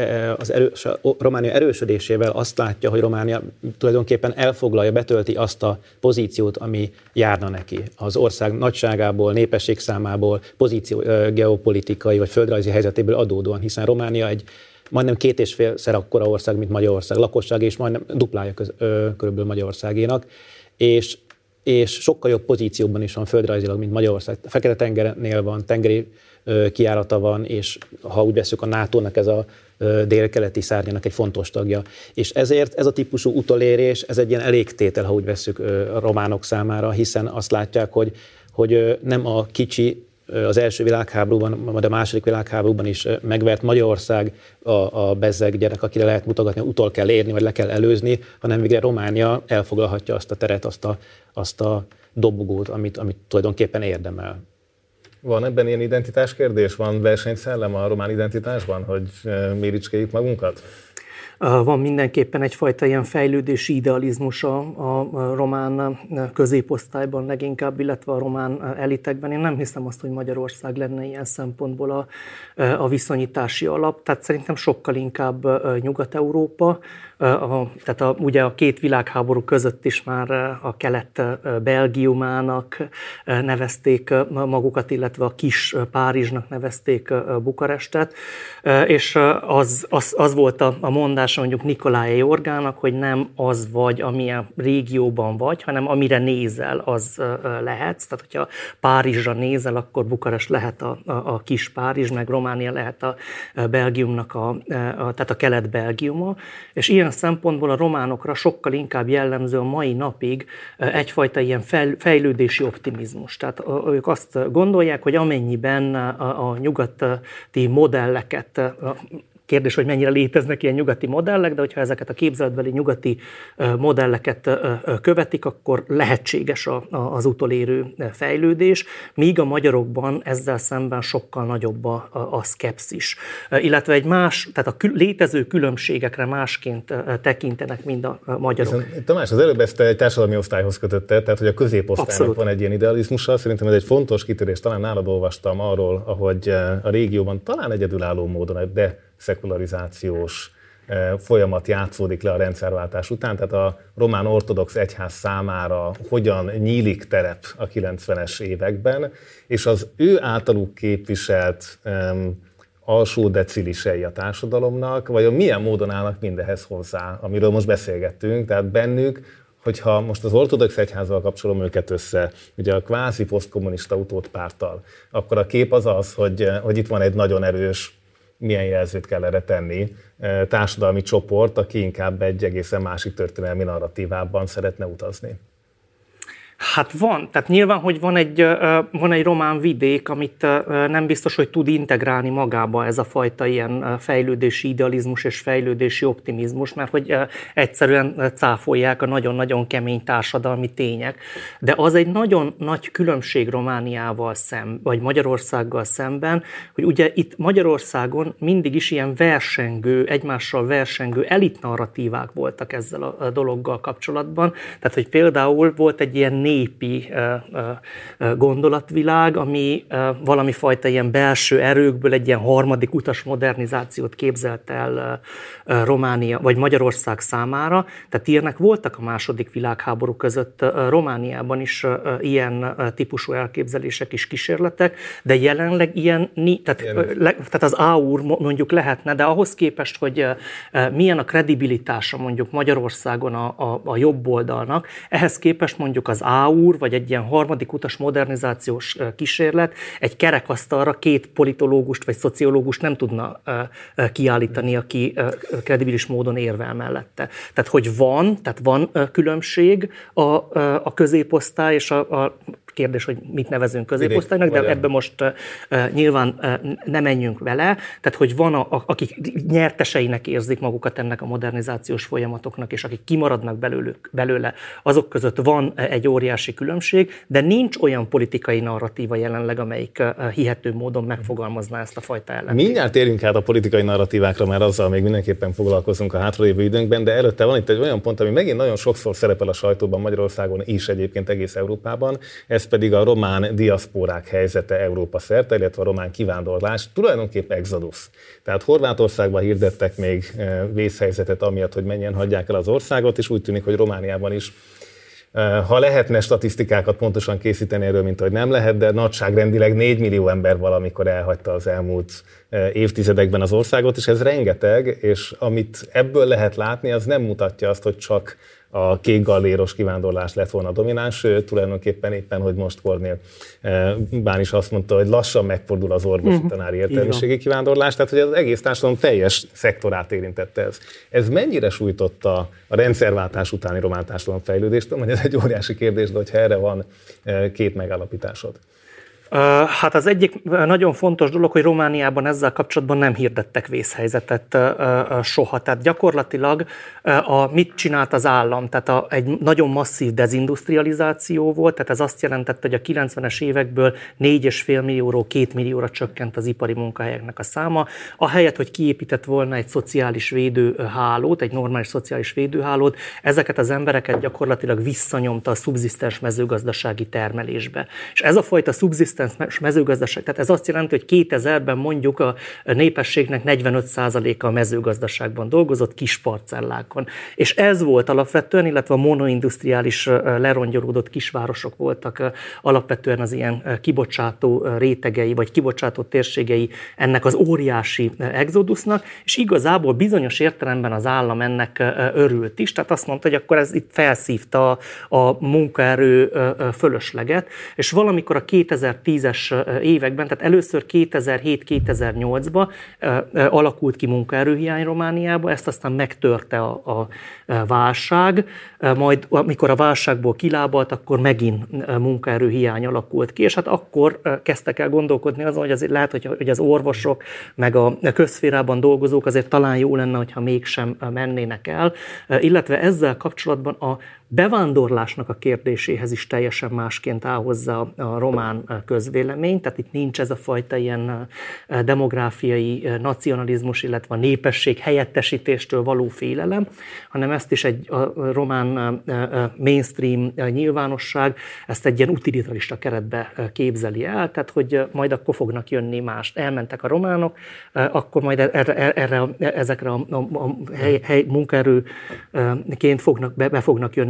C: Románia erősödésével azt látja, hogy Románia tulajdonképpen elfoglalja, betölti azt a pozíciót, ami járna neki. Az ország nagyságából, népességszámából, geopolitikai vagy földrajzi helyzetéből adódóan, hiszen Románia egy majdnem 2,5-szer akkora ország, mint Magyarország. Lakosság és majdnem duplája körülbelül Magyarországénak, és sokkal jobb pozícióban is van földrajzilag, mint Magyarország. A Fekete-tengernél van, tengeri kijárata van, és ha úgy veszük, a NATO-nak ez a délkeleti szárnyának egy fontos tagja. És ezért ez a típusú utolérés, ez egy ilyen elégtétel, ha úgy veszük a románok számára, hiszen azt látják, hogy nem a kicsi, az első világháborúban, majd a második világháborúban is megvert Magyarország a bezzeg gyerek, akire lehet mutogatni, hogy utol kell érni, vagy le kell előzni, hanem végre Románia elfoglalhatja azt a teret, azt a dobogót, amit tulajdonképpen érdemel.
B: Van ebben ilyen identitáskérdés? Van versenyszellem a román identitásban, hogy méricskéljük magunkat?
D: Van mindenképpen egyfajta ilyen fejlődési idealizmus a román középosztályban leginkább, illetve a román elitekben. Én nem hiszem azt, hogy Magyarország lenne ilyen szempontból a viszonyítási alap, tehát szerintem sokkal inkább Nyugat-Európa. Tehát ugye a két világháború között is már a kelet Belgiumának nevezték magukat, illetve a kis Párizsnak nevezték Bukarestet, és az volt a mondás mondjuk Nikolaj Jorgának, hogy nem az vagy, amilyen régióban vagy, hanem amire nézel, az lehetsz. Tehát, hogyha Párizsra nézel, akkor Bukarest lehet a kis Párizs, meg Románia lehet a Belgiumnak, tehát a kelet-Belgiuma, és ilyen szempontból a románokra sokkal inkább jellemző a mai napig egyfajta ilyen fejlődési optimizmus. Tehát ők azt gondolják, hogy amennyiben a nyugati modelleket, kérdés, hogy mennyire léteznek ilyen nyugati modellek, de hogyha ezeket a képzeletbeli nyugati modelleket követik, akkor lehetséges az utolérő fejlődés, míg a magyarokban ezzel szemben sokkal nagyobb a szkepszis. Illetve tehát a létező különbségekre másként tekintenek, mint a magyarok.
B: Viszont, Tamás, az előbb ezt egy társadalmi osztályhoz kötötte, tehát hogy a középosztálynak van egy ilyen idealizmusa. Szerintem ez egy fontos kitörés, talán nálad olvastam arról, ahogy a régióban talán egyedülálló módon, de szekularizációs folyamat játszódik le a rendszerváltás után, tehát a román ortodox egyház számára hogyan nyílik terep a 90-es években, és az ő általuk képviselt alsó decilisei a társadalomnak, vajon milyen módon állnak mindehez hozzá, amiről most beszélgettünk, tehát bennük hogyha most az ortodox egyházzal kapcsolom őket össze, ugye a kvázi posztkommunista utódpárttal, akkor a kép az, hogy itt van egy nagyon erős, milyen jelzőt kell erre tenni, társadalmi csoport, aki inkább egy egészen másik történelmi narratívában szeretne utazni.
D: Hát van, tehát nyilván, hogy van egy román vidék, amit nem biztos, hogy tud integrálni magába ez a fajta ilyen fejlődési idealizmus és fejlődési optimizmus, mert hogy egyszerűen cáfolják a nagyon-nagyon kemény társadalmi tények. De az egy nagyon nagy különbség Romániával vagy Magyarországgal szemben, hogy ugye itt Magyarországon mindig is ilyen egymással versengő elitnarratívák voltak ezzel a dologgal kapcsolatban. Tehát, hogy például volt egy ilyen népi gondolatvilág, ami valami fajta ilyen belső erőkből egy ilyen harmadik utas modernizációt képzelt el Románia vagy Magyarország számára. Tehát ilyenek voltak a második világháború között Romániában is ilyen típusú elképzelések és kísérletek, de jelenleg tehát az AUR mondjuk lehetne, de ahhoz képest, hogy milyen a kredibilitása mondjuk Magyarországon a jobb oldalnak, ehhez képest mondjuk az AUR, vagy egy ilyen harmadik utas modernizációs kísérlet egy kerekasztalra két politológust vagy szociológust nem tudna kiállítani, aki kredibilis módon érvel mellette. Tehát, hogy van különbség a középosztály és a kérdés, hogy mit nevezünk középosztálynak, de ebbe most nyilván nem menjünk vele. Tehát, hogy van, akik nyerteseinek érzik magukat ennek a modernizációs folyamatoknak, és akik kimaradnak belőle, azok között van egy óriási különbség, de nincs olyan politikai narratíva jelenleg, amelyik hihető módon megfogalmazná ezt a fajta ellentétet.
B: Mindjárt térjünk át a politikai narratívákra, mert azzal még mindenképpen foglalkozunk a hátralévő időnkben, de előtte van itt egy olyan pont, ami megint nagyon sokszor szerepel a sajtóban, Magyarországon is, egyébként egész Európában, ez pedig a román diaszpórák helyzete Európa szerte, illetve a román kivándorlás, tulajdonképpen exodus. Tehát Horvátországban hirdettek még vészhelyzetet amiatt, hogy mennyien hagyják el az országot, és úgy tűnik, hogy Romániában is, ha lehetne statisztikákat pontosan készíteni erről, mint hogy nem lehet, de nagyságrendileg 4 millió ember valamikor elhagyta az elmúlt évtizedekben az országot, és ez rengeteg, és amit ebből lehet látni, az nem mutatja azt, hogy csak a kékgalléros kivándorlás lett volna domináns, sőt, tulajdonképpen éppen, hogy most Kornél Bán is azt mondta, hogy lassan megfordul az orvosi tanári értelmiségi kivándorlás, tehát hogy az egész társadalom teljes szektorát érintette ez. Ez mennyire sújtotta a rendszerváltás utáni román társadalom fejlődést? Tudom, hogy ez egy óriási kérdés, de hogyha erre van két megállapításod.
D: Hát az egyik nagyon fontos dolog, hogy Romániában ezzel kapcsolatban nem hirdettek vészhelyzetet soha. Tehát gyakorlatilag mit csinált az állam? Tehát egy nagyon masszív dezindustrializáció volt, tehát ez azt jelentette, hogy a 90-es évekből 4,5 millióról 2 millióra csökkent az ipari munkahelyeknek a száma. Ahelyett, hogy kiépített volna egy szociális védőhálót, egy normális szociális védőhálót, ezeket az embereket gyakorlatilag visszanyomta a szubzisztens mezőgazdasági termelésbe. És ez a fajta szubzisztens mezőgazdaság. Tehát ez azt jelenti, hogy 2000-ben mondjuk a népességnek 45%-a a mezőgazdaságban dolgozott, kis parcellákon. És ez volt alapvetően, illetve a monoindustriális lerongyolódott kisvárosok voltak alapvetően az ilyen kibocsátó rétegei, vagy kibocsátó térségei ennek az óriási exodusnak, és igazából bizonyos értelemben az állam ennek örült is, tehát azt mondta, hogy akkor ez itt felszívta a munkaerő fölösleget, és valamikor a 2010-es években, tehát először 2007-2008-ban alakult ki munkaerőhiány Romániában, ezt aztán megtörte a válság, majd amikor a válságból kilábalt, akkor megint munkaerőhiány alakult ki, és hát akkor kezdtek el gondolkodni azon, hogy azért lehet, hogy az orvosok, meg a közszférában dolgozók azért talán jó lenne, hogyha mégsem mennének el, illetve ezzel kapcsolatban a bevándorlásnak a kérdéséhez is teljesen másként áll hozzá a román közvélemény, tehát itt nincs ez a fajta ilyen demográfiai nacionalizmus, illetve a népesség helyettesítéstől való félelem, hanem ezt is egy román mainstream nyilvánosság, ezt egy ilyen utilitarista keretbe képzeli el, tehát hogy majd akkor fognak jönni mást. Elmentek a románok, akkor majd ezekre a munkaerőként be fognak jönni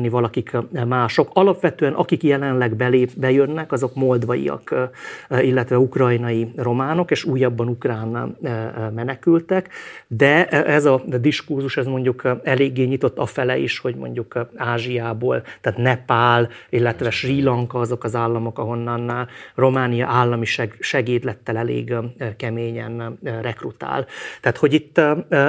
D: mondani valakik mások. Alapvetően akik jelenleg bejönnek, azok moldvaiak, illetve ukrajnai románok, és újabban ukrán menekültek, de ez a diskurzus, ez mondjuk eléggé nyitott afele is, hogy mondjuk Ázsiából, tehát Nepál, illetve Srí Lanka azok az államok, ahonnan Románia állami segédlettel elég keményen rekrutál. Tehát, hogy itt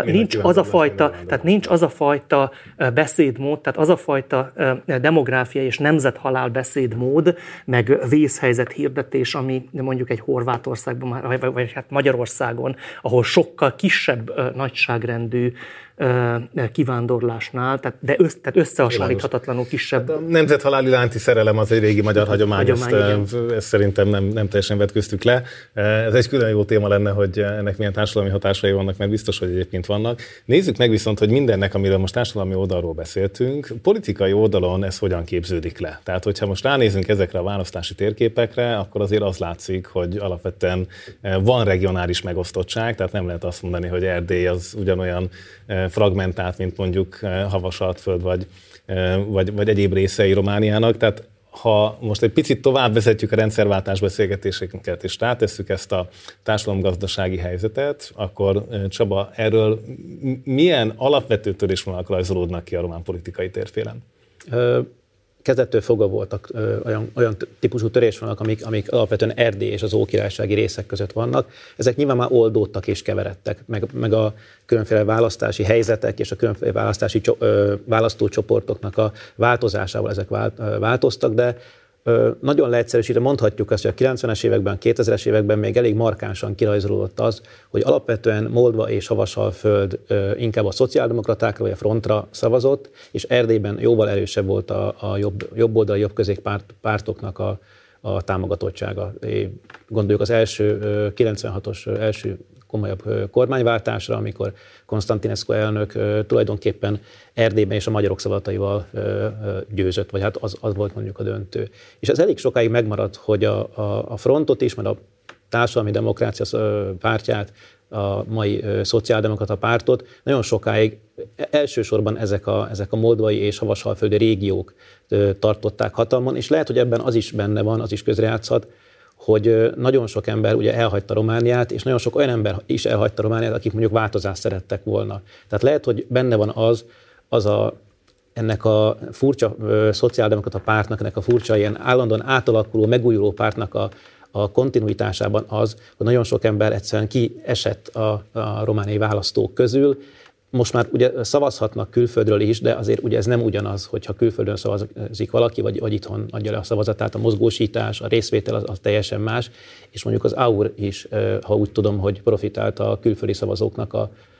D: nincs az a fajta beszédmód, tehát az a fajta demográfiai és nemzethalál beszédmód, meg vészhelyzet hirdetés, ami mondjuk egy Horvátországban, vagy hát Magyarországon, ahol sokkal kisebb nagyságrendű kivándorlásnál, tehát összehasonlíthatatlanul kisebb.
B: A nemzethalál iránti szerelem az egy régi magyar hagyomány, ezt szerintem nem teljesen vetköztük le. Ez egy külön jó téma lenne, hogy ennek milyen társadalmi hatásai vannak, mert biztos, hogy egyébként vannak. Nézzük meg viszont, hogy mindennek, amiről most társadalmi oldalról beszéltünk, politikai oldalon ez hogyan képződik le. Tehát, hogyha most ránézünk ezekre a választási térképekre, akkor azért az látszik, hogy alapvetően van regionális megosztottság, tehát nem lehet azt mondani, hogy Erdély az ugyanolyan fragmentált, mint mondjuk Havasartföld vagy egyéb részei Romániának. Tehát ha most egy picit tovább vezetjük a rendszerváltás beszélgetéseket, és rátesszük ezt a társadalomgazdasági helyzetet, akkor Csaba, erről milyen alapvető törésvonalak rajzolódnak ki a román politikai térfélen?
C: Kezdettől fogva voltak olyan típusú törésvonalak, amik alapvetően Erdély és az ókirálysági részek között vannak. Ezek nyilván már oldódtak és keveredtek, meg a különféle választási helyzetek és a különféle választási választócsoportoknak a változásával ezek változtak, de nagyon leegyszerűsítve mondhatjuk azt, hogy a 90-es években, 2000-es években még elég markánsan kirajzolódott az, hogy alapvetően Moldva és Havasalföld inkább a szociáldemokratákra vagy a frontra szavazott, és Erdélyben jóval erősebb volt a jobboldali, jobbközéppártoknak a támogatottsága. Gondoljuk az 96-os első komolyabb kormányváltásra, amikor Konstantinescu elnök tulajdonképpen Erdélyben és a magyarok szavazataival győzött, vagy hát az volt mondjuk a döntő. És ez elég sokáig megmaradt, hogy a frontot is, mert a társadalmi demokrácia pártját, a mai szociáldemokrata pártot nagyon sokáig elsősorban ezek a moldvai és havasalföldi régiók tartották hatalmon, és lehet, hogy ebben az is benne van, az is közrejátszhat, hogy nagyon sok ember ugye elhagyta Romániát, és nagyon sok olyan ember is elhagyta Romániát, akik mondjuk változást szerettek volna. Tehát lehet, hogy benne van ennek a furcsa szociáldemokrata pártnak, ennek a furcsa ilyen állandóan átalakuló, megújuló pártnak a kontinuitásában az, hogy nagyon sok ember egyszerűen kiesett a romániai választók közül. Most már ugye szavazhatnak külföldről is, de azért ugye ez nem ugyanaz, hogyha külföldön szavazik valaki, vagy itthon adja le a szavazatát, a mozgósítás, a részvétel az teljesen más, és mondjuk az AUR is, ha úgy tudom, hogy profitált a külföldi szavazóknak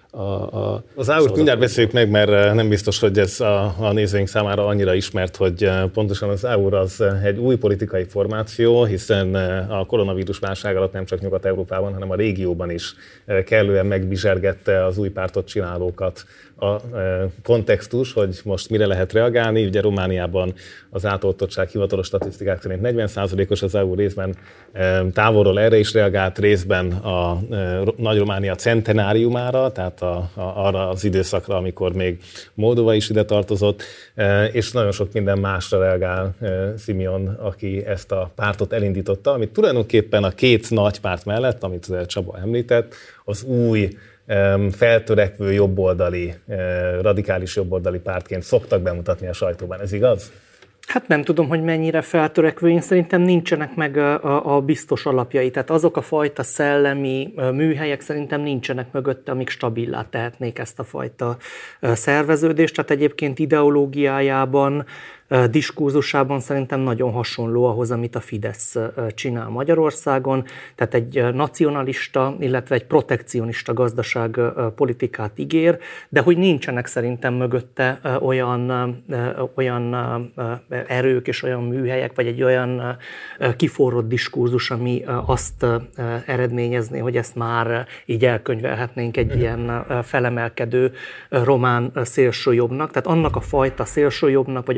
B: az AUR-t mindjárt beszéljük meg, mert nem biztos, hogy ez a nézőink számára annyira ismert, hogy pontosan az AUR az egy új politikai formáció, hiszen a koronavírus válság alatt nem csak Nyugat-Európában, hanem a régióban is kellően megbizsergette az új pártot csinálókat a kontextus, hogy most mire lehet reagálni. Ugye Romániában az átoltottság hivatalos statisztikák szerint 40%-os, az AUR részben távolról erre is reagált, részben a Nagy-Románia centenáriumára, tehát arra az időszakra, amikor még Moldova is ide tartozott, és nagyon sok minden másra reagál Simeon, aki ezt a pártot elindította, amit tulajdonképpen a két nagy párt mellett, amit Csaba említett, az új feltörekvő jobboldali, radikális jobboldali pártként szoktak bemutatni a sajtóban. Ez igaz?
D: Hát nem tudom, hogy mennyire feltörekvő, én szerintem nincsenek meg a biztos alapjai. Tehát azok a fajta szellemi műhelyek szerintem nincsenek mögötte, amik stabilá tehetnék ezt a fajta szerveződést. Tehát egyébként ideológiájában, diskurzusában szerintem nagyon hasonló ahhoz, amit a Fidesz csinál Magyarországon. Tehát egy nacionalista, illetve egy protekcionista gazdaságpolitikát ígér, de hogy nincsenek szerintem mögötte olyan erők és olyan műhelyek, vagy egy olyan kiforrott diskurzus, ami azt eredményezné, hogy ezt már így elkönyvelhetnénk egy ilyen felemelkedő román szélsőjobbnak. Tehát annak a fajta szélsőjobbnak, vagy annak a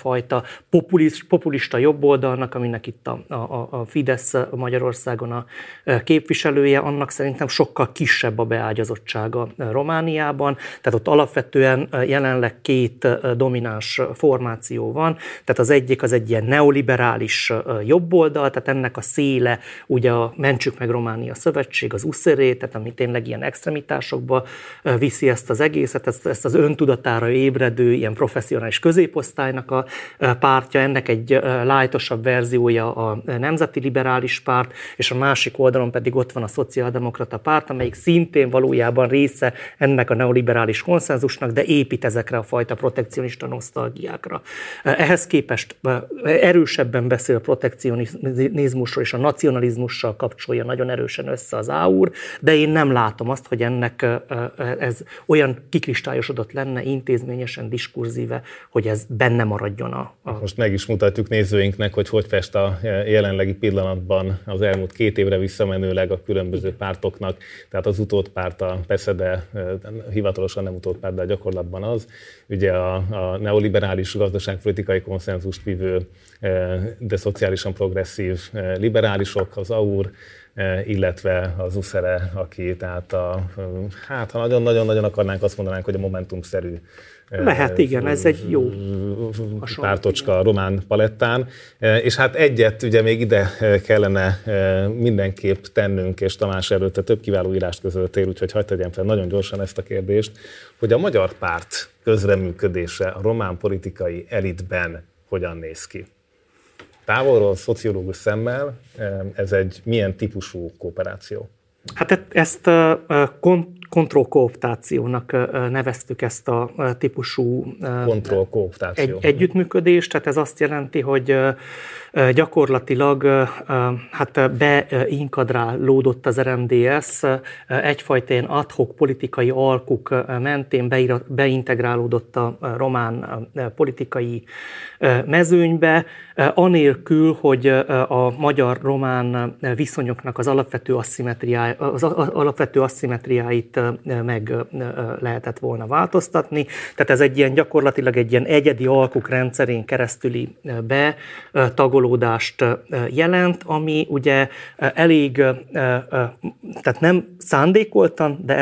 D: fajta populista jobboldalnak, aminek itt a Fidesz Magyarországon a képviselője, annak szerintem sokkal kisebb a beágyazottsága Romániában. Tehát ott alapvetően jelenleg két domináns formáció van. Tehát az egyik az egy ilyen neoliberális jobboldal, tehát ennek a széle ugye a Mentsük meg Románia Szövetség, az USZR, tehát ami tényleg ilyen extremitásokba viszi ezt az egészet, ezt az öntudatára ébredő, ilyen professzionális középosztálynak a pártja, ennek egy lightosabb verziója a Nemzeti Liberális Párt, és a másik oldalon pedig ott van a Szociáldemokrata Párt, amelyik szintén valójában része ennek a neoliberális konszenzusnak, de épít ezekre a fajta protekcionista nosztalgiákra. Ehhez képest erősebben beszél a protekcionizmusról és a nacionalizmussal kapcsolja nagyon erősen össze az AUR, de én nem látom azt, hogy ennek ez olyan kikristályosodott lenne intézményesen, diskurzíve, hogy ez benne maradjon
B: Most meg is mutatjuk nézőinknek, hogy fest a jelenlegi pillanatban az elmúlt 2 évre visszamenőleg a különböző pártoknak, tehát az utódpárt, a PESZEDE, hivatalosan nem utódpárt, de a gyakorlatban az, ugye a neoliberális gazdaságpolitikai konszenzust vívő, de szociálisan progresszív liberálisok, az AUR, illetve az USZR, aki tehát ha nagyon-nagyon akarnánk, azt mondanánk, hogy a Momentum-szerű
D: lehet, igen, ez egy jó
B: pártocska a román palettán. És hát egyet ugye még ide kellene mindenképp tennünk, és Tamás előtte több kiváló írást közöltél, úgyhogy hagyd tegyem fel nagyon gyorsan ezt a kérdést, hogy a magyar párt közreműködése a román politikai elitben hogyan néz ki? Távolról, szociológus szemmel ez egy milyen típusú kooperáció?
D: Hát ezt kontrollkooptációnak neveztük ezt a típusú együttműködést, tehát ez azt jelenti, hogy gyakorlatilag beinkadrálódott az RMDSZ, egyfajta ilyen ad hoc politikai alkuk mentén beintegrálódott a román politikai mezőnybe, anélkül, hogy a magyar-román viszonyoknak az alapvető asszimetriáit meg lehetett volna változtatni. Tehát ez gyakorlatilag egy ilyen egyedi alkuk rendszerén keresztüli betagolódást jelent, ami ugye tehát nem szándékoltan, de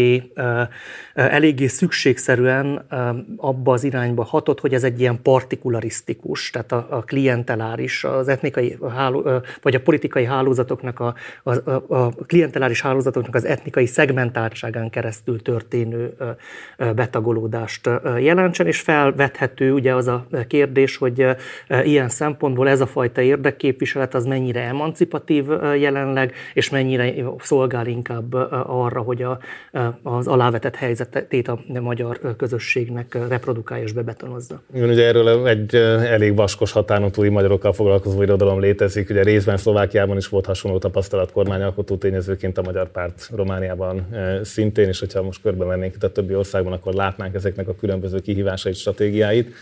D: eléggé szükségszerűen abba az irányba hatott, hogy ez egy ilyen partikularisztikus, tehát a klienteláris, az etnikai vagy a politikai hálózatoknak, a klienteláris hálózatoknak az etnikai szegmentáltságán keresztül történő betagolódást jelentsen, és felvethető ugye az a kérdés, hogy ilyen szempontból ez a fajta érdekképviselet az mennyire emancipatív jelenleg, és mennyire szolgál inkább arra, hogy az alávetett helyzetét a magyar közösségnek reprodukálja és bebetonozza.
B: Ugye erről egy elég vaskos határon túli magyarokkal foglalkozó irodalom létezik. Ugye részben Szlovákiában is volt hasonló tapasztalat kormányalkotó tényezőként a magyar párt Romániában szintén, és hogyha most körbe mennénk itt a többi országban, akkor látnánk ezeknek a különböző kihívásait, stratégiáit.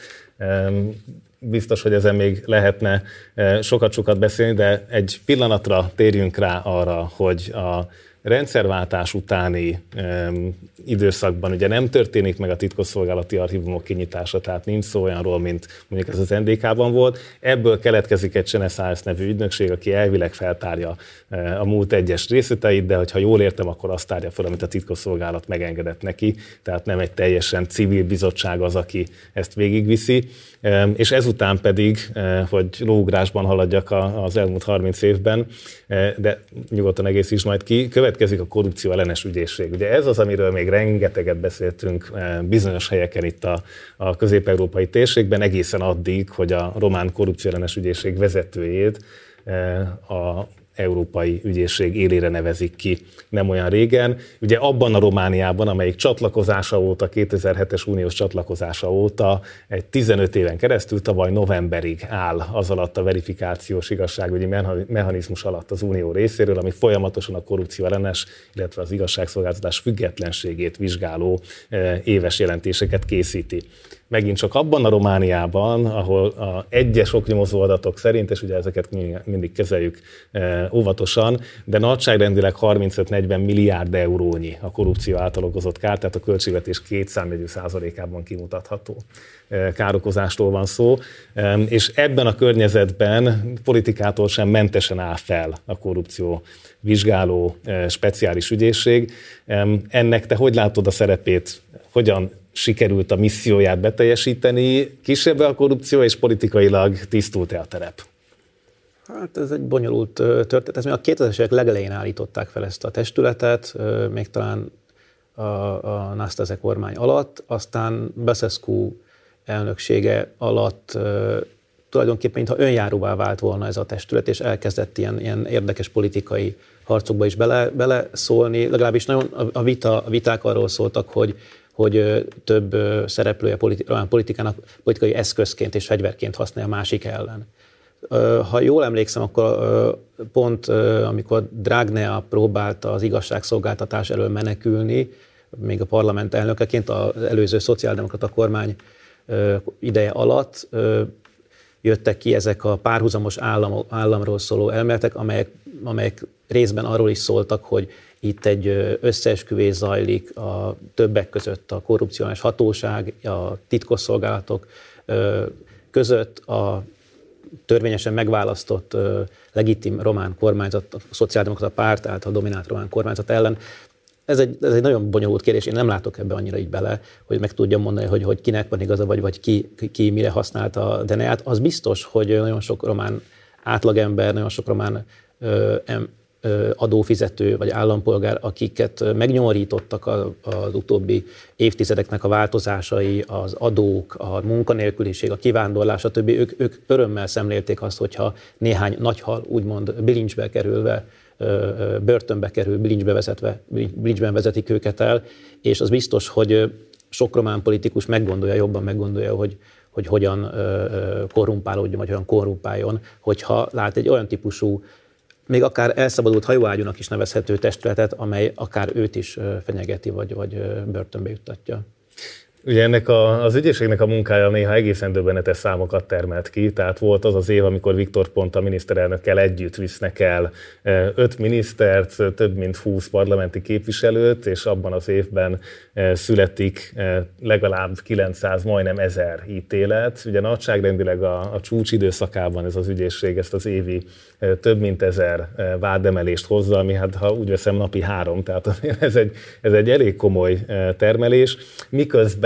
B: Biztos, hogy ezen még lehetne sokat beszélni, de egy pillanatra térjünk rá arra, hogy a rendszerváltás utáni időszakban ugye nem történik meg a titkosszolgálati archívumok kinyitása, tehát nincs szó olyanról, mint mondjuk ez az NDK-ban volt. Ebből keletkezik egy CNSAS nevű ügynökség, aki elvileg feltárja a múlt egyes részleteit, de hogyha jól értem, akkor azt tárja fel, amit a titkosszolgálat megengedett neki, tehát nem egy teljesen civil bizottság az, aki ezt végigviszi. És ezután pedig, hogy lóugrásban haladjak az elmúlt 30 évben, de nyugodtan egészíts majd ki, következik a korrupció ellenes ügyészség. Ugye ez az, amiről még rengeteget beszéltünk bizonyos helyeken itt a közép-európai térségben, egészen addig, hogy a román korrupció ellenes ügyészség vezetőjét a Európai Ügyészség élére nevezik ki nem olyan régen. Ugye abban a Romániában, amelyik csatlakozása óta, 2007-es uniós csatlakozása óta egy 15 éven keresztül, tavaly novemberig áll az alatt a verifikációs igazságügyi mechanizmus alatt az unió részéről, ami folyamatosan a korrupció ellenes, illetve az igazságszolgáltatás függetlenségét vizsgáló éves jelentéseket készíti. megint csak abban a Romániában, ahol a egyes oknyomozó adatok szerint, és ugye ezeket mindig kezeljük óvatosan, de nagyságrendileg 35-40 milliárd eurónyi a korrupció által okozott kár, tehát a költségvetés 2 számjegyű százalékában kimutatható károkozástól van szó, és ebben a környezetben politikától sem mentesen áll fel a korrupció vizsgáló speciális ügyészség. Ennek te hogy látod a szerepét, hogyan sikerült a misszióját beteljesíteni, kisebb a korrupció és politikailag tisztult-e a terep?
C: Hát ez egy bonyolult történet. Ez még a 2000-es évek legelején állították fel ezt a testületet, még talán a Nastase kormány alatt, aztán Basescu elnöksége alatt tulajdonképpen mintha önjáróvá vált volna ez a testület, és elkezdett ilyen érdekes politikai harcokba is beleszólni. Legalábbis nagyon a viták arról szóltak, hogy több szereplője politikának politikai eszközként és fegyverként használja a másik ellen. Ha jól emlékszem, akkor pont amikor Dragnea próbálta az igazságszolgáltatás elől menekülni, még a parlament elnökeként az előző szociáldemokrata kormány ideje alatt jöttek ki ezek a párhuzamos államról szóló elméletek, amelyek részben arról is szóltak, hogy itt egy összeesküvés zajlik a többek között a korrupciós hatóság, a titkosszolgálatok között, a törvényesen megválasztott legitim román kormányzat, a szociáldemokrata párt által dominált román kormányzat ellen. Ez egy nagyon bonyolult kérdés, én nem látok ebbe annyira így bele, hogy meg tudjam mondani, hogy kinek van igaza, vagy ki mire használta a DNA-t. Az biztos, hogy nagyon sok román átlagember, nagyon sok román adófizető vagy állampolgár, akiket megnyomorítottak az utóbbi évtizedeknek a változásai, az adók, a munkanélküliség, a kivándorlás, stb. Ők örömmel szemlélték azt, hogyha néhány nagyhal úgymond bilincsbe kerülve, börtönbe kerül, bilincsben vezetik őket el, és az biztos, hogy sok román politikus jobban meggondolja, hogy hogyan korrumpálódjon, vagy hogyan korrumpáljon, hogyha lát egy olyan típusú, még akár elszabadult hajóágyúnak is nevezhető testületet, amely akár őt is fenyegeti, vagy börtönbe juttatja.
B: Ugye ennek az ügyészségnek a munkája néha egészen döbbenetes számokat termelt ki, tehát volt az az év, amikor Viktor Ponta miniszterelnökkel együtt visznek el 5 minisztert, több mint 20 parlamenti képviselőt, és abban az évben születik legalább 900, majdnem 1000 ítélet. Ugye nagyságrendileg a csúcs időszakában ez az ügyészség ezt az évi több mint 1000 vádemelést hozza, ami hát ha úgy veszem napi 3, tehát ez egy elég komoly termelés, miközben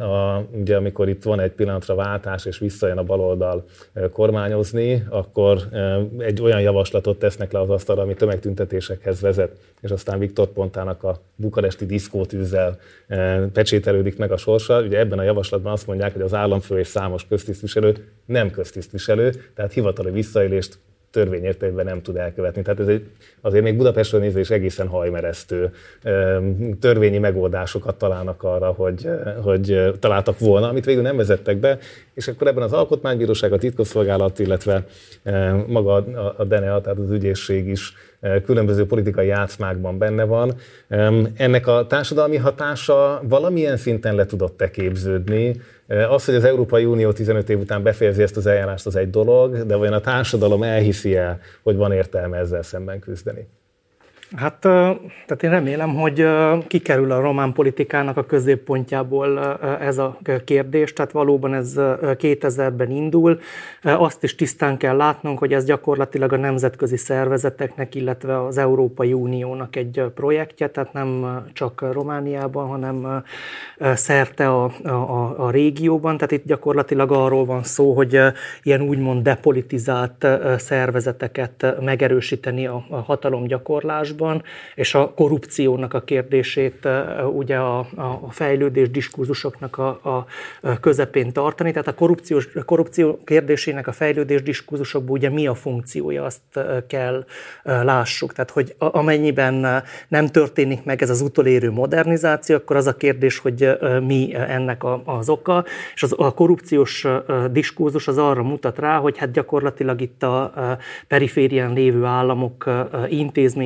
B: ugye amikor itt van egy pillanatra váltás, és visszajön a baloldal kormányozni, akkor egy olyan javaslatot tesznek le az asztalra, ami tömegtüntetésekhez vezet, és aztán Viktor Pontának a bukaresti diszkótűzzel pecsételődik meg a sorsa. Ugye ebben a javaslatban azt mondják, hogy az államfő és számos köztisztviselő nem köztisztviselő, tehát hivatali visszaélést törvény értelemben nem tud elkövetni. Tehát ez azért még Budapestről nézve is egészen hajmeresztő törvényi megoldásokat találnak arra, hogy találtak volna, amit végül nem vezettek be, és akkor ebben az Alkotmánybíróság, a titkosszolgálat, illetve maga a DNA, tehát az ügyészség is különböző politikai játszmákban benne van. Ennek a társadalmi hatása valamilyen szinten le tudott-e képződni? Az, hogy az Európai Unió 15 év után befejezi ezt az eljárást, az egy dolog, de vajon a társadalom elhiszi-e, hogy van értelme ezzel szemben küzdeni?
D: Hát, tehát én remélem, hogy kikerül a román politikának a középpontjából ez a kérdés, tehát valóban ez 2000-ben indul. Azt is tisztán kell látnunk, hogy ez gyakorlatilag a nemzetközi szervezeteknek, illetve az Európai Uniónak egy projektje, tehát nem csak Romániában, hanem szerte a régióban. Tehát itt gyakorlatilag arról van szó, hogy ilyen úgymond depolitizált szervezeteket megerősíteni a hatalomgyakorlásban, és a korrupciónak a kérdését ugye a fejlődés diskurzusoknak a közepén tartani. Tehát a korrupció kérdésének a fejlődés diskurzusokban ugye mi a funkciója, azt kell lássuk. Tehát, hogy amennyiben nem történik meg ez az utolérő modernizáció, akkor az a kérdés, hogy mi ennek az oka, és a korrupciós diskurzus az arra mutat rá, hogy hát gyakorlatilag itt a periférián lévő államok intézményrendszerében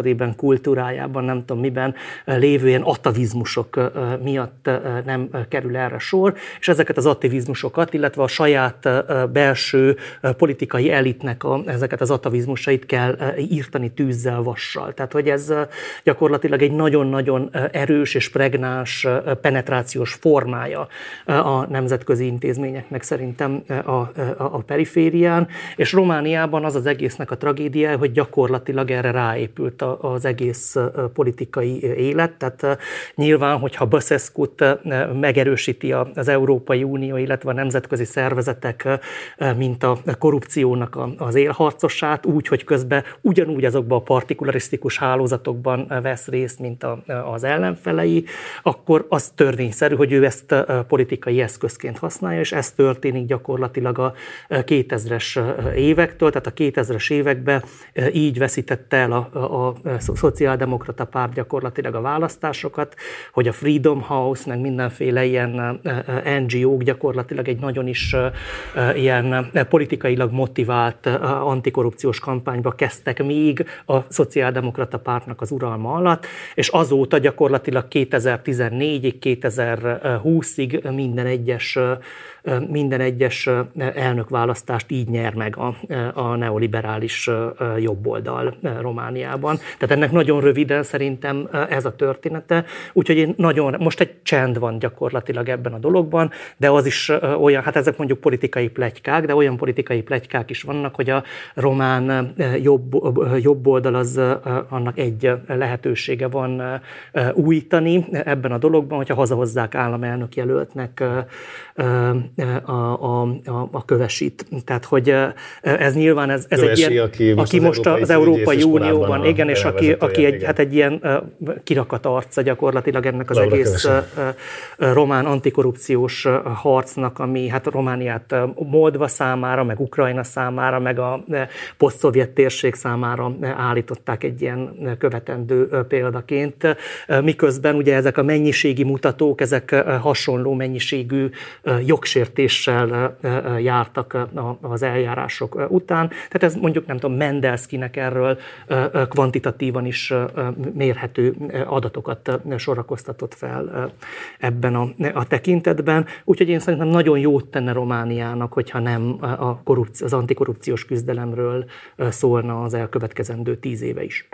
D: rendszerében, kultúrájában, nem tudom miben lévő ilyen atavizmusok miatt nem kerül erre sor, és ezeket az atavizmusokat, illetve a saját belső politikai elitnek ezeket az atavizmusait kell írtani tűzzel, vassal. Tehát, hogy ez gyakorlatilag egy nagyon-nagyon erős és pregnáns penetrációs formája a nemzetközi intézményeknek szerintem a periférián, és Romániában az egésznek a tragédiája, hogy gyakorlatilag erre ráépült az egész politikai élet, tehát nyilván, hogyha Basescu-t megerősíti az Európai Unió, illetve a nemzetközi szervezetek, mint a korrupciónak az élharcosát, úgy, hogy közben ugyanúgy azokban a partikularisztikus hálózatokban vesz részt, mint az ellenfelei, akkor az törvényszerű, hogy ő ezt politikai eszközként használja, és ez történik gyakorlatilag a 2000-es évektől, tehát a 2000-es években így veszítette el a szociáldemokrata párt gyakorlatilag a választásokat, hogy a Freedom House, meg mindenféle ilyen NGO-k gyakorlatilag egy nagyon is ilyen politikailag motivált antikorrupciós kampányba kezdtek még a szociáldemokrata pártnak az uralma alatt, és azóta gyakorlatilag 2014-ig, 2020-ig minden egyes elnökválasztást így nyer meg a neoliberális jobboldal Romániában. Tehát ennek nagyon röviden szerintem ez a története, úgyhogy most egy csend van gyakorlatilag ebben a dologban, de az is olyan, hát ezek mondjuk politikai pletykák, de olyan politikai pletykák is vannak, hogy a román jobboldal annak egy lehetősége van újítani ebben a dologban, hogyha hazahozzák államelnök jelöltnek a Kövesit. Tehát, hogy ez nyilván ez egy ilyen, aki most az Európai Unióban, igen, és aki egy ilyen kirakat arca gyakorlatilag ennek az egész román antikorrupciós harcnak, ami hát Romániát Moldva számára, meg Ukrajna számára, meg a posztszovjet térség számára állították egy ilyen követendő példaként. Miközben ugye ezek a mennyiségi mutatók, ezek hasonló mennyiségű jogsértéssel jártak az eljárások után. Tehát ez mondjuk, nem tudom, Mendelszkinek erről kvantitatívan is mérhető adatokat sorakoztatott fel ebben a tekintetben. Úgyhogy én szerintem nagyon jót tenne Romániának, hogyha nem az antikorrupciós küzdelemről szólna az elkövetkezendő 10 éve is.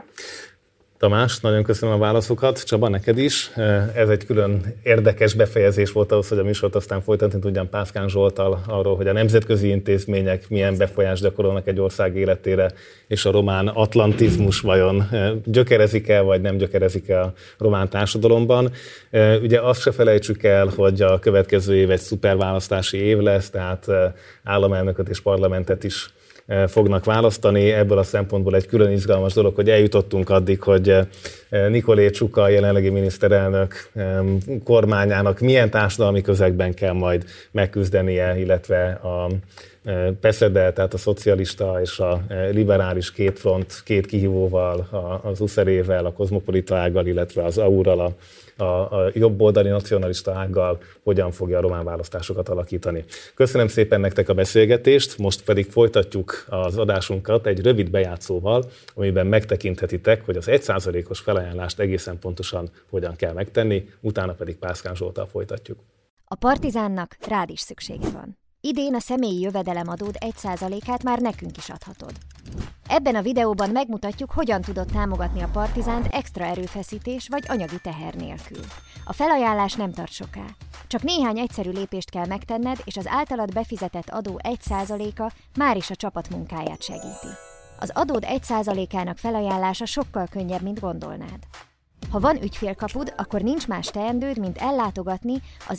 B: Tamás, nagyon köszönöm a válaszokat. Csaba, neked is. Ez egy külön érdekes befejezés volt ahhoz, hogy a műsort aztán folytatni tudjam Pászkán Zsolttal arról, hogy a nemzetközi intézmények milyen befolyást gyakorolnak egy ország életére, és a román atlantizmus vajon gyökerezik-e, vagy nem gyökerezik-e a román társadalomban. Ugye azt se felejtsük el, hogy a következő év egy szuperválasztási év lesz, tehát államelnököt és parlamentet is fognak választani. Ebből a szempontból egy külön izgalmas dolog, hogy eljutottunk addig, hogy Nikolé Csuka, a jelenlegi miniszterelnök kormányának milyen társadalmi közegben kell majd megküzdenie, illetve a PESZED-el, tehát a szocialista és a liberális két front, két kihívóval, az USZR-ével, a kozmopolita ággal, illetve az AUR-ral, a jobboldali nacionalista ággal hogyan fogja a román választásokat alakítani. Köszönöm szépen nektek a beszélgetést, most pedig folytatjuk az adásunkat egy rövid bejátszóval, amiben megtekinthetitek, hogy az 1%-os felajánlást egészen pontosan hogyan kell megtenni, utána pedig Pászkán Zsolttal folytatjuk.
F: A Partizánnak rád is szüksége van. Idén a személyi jövedelemadód 1%-át már nekünk is adhatod. Ebben a videóban megmutatjuk, hogyan tudod támogatni a Partizánt extra erőfeszítés vagy anyagi teher nélkül. A felajánlás nem tart soká. Csak néhány egyszerű lépést kell megtenned, és az általad befizetett adó 1%-a már is a csapat munkáját segíti. Az adód 1%-ának felajánlása sokkal könnyebb, mint gondolnád. Ha van ügyfélkapud, akkor nincs más teendőd, mint ellátogatni az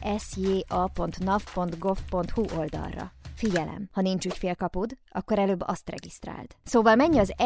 F: esja.nav.gov.hu oldalra. Figyelem, ha nincs ügyfélkapud, akkor előbb azt regisztráld. Szóval menj az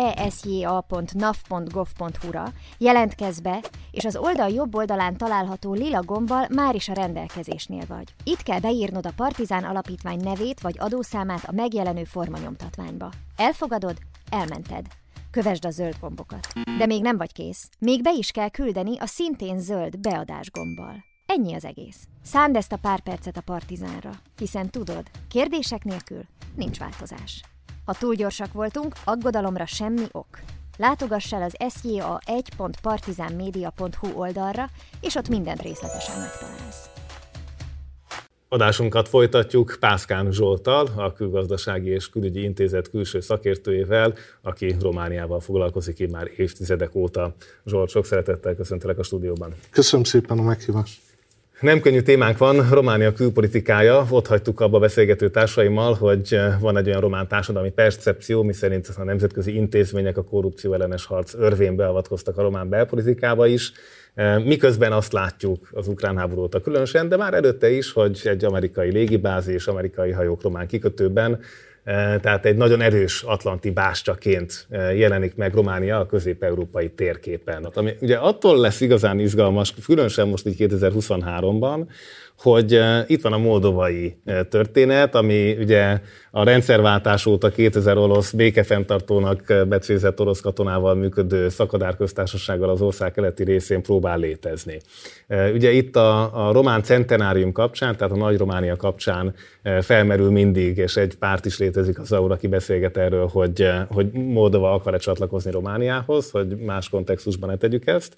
F: esja.nav.gov.hu-ra, jelentkezz be, és az oldal jobb oldalán található lila gombbal már is a rendelkezésnél vagy. Itt kell beírnod a Partizán Alapítvány nevét vagy adószámát a megjelenő formanyomtatványba. Elfogadod? Elmented. Kövesd a zöld gombokat. De még nem vagy kész. Még be is kell küldeni a szintén zöld beadás gombbal. Ennyi az egész. Szánd ezt a pár percet a Partizánra, hiszen tudod, kérdések nélkül nincs változás. Ha túl gyorsak voltunk, aggodalomra semmi ok. Látogass el az sja1.partizanmedia.hu oldalra, és ott mindent részletesen megtalálsz.
B: Adásunkat folytatjuk Pászkán Zsolttal, a Külgazdasági és Külügyi Intézet külső szakértőjével, aki Romániával foglalkozik így már évtizedek óta. Zsolt, sok szeretettel köszöntelek a stúdióban.
G: Köszönöm szépen a meghívást.
B: Nem könnyű témánk van, Románia külpolitikája. Ott hagytuk abba a beszélgető társaimmal, hogy van egy olyan román társadalmi percepció, miszerint a nemzetközi intézmények a korrupció ellenes harc örvén beavatkoztak a román belpolitikába is. Miközben azt látjuk az ukrán háború óta különösen, de már előtte is, hogy egy amerikai légibázis, amerikai hajók román kikötőben, tehát egy nagyon erős atlanti bástyaként jelenik meg Románia a közép-európai térképen. Ami ugye attól lesz igazán izgalmas, különösen most így 2023-ban, hogy itt van a moldovai történet, ami ugye a rendszerváltás óta 2000 orosz békefenntartónak becézett orosz katonával működő szakadárköztársasággal az ország keleti részén próbál létezni. Ugye itt a román centenárium kapcsán, tehát a Nagy Románia kapcsán felmerül mindig, és egy párt is létezik, az AUR, aki beszélget erről, hogy Moldova akar-e csatlakozni Romániához, hogy más kontextusban ne tegyük ezt.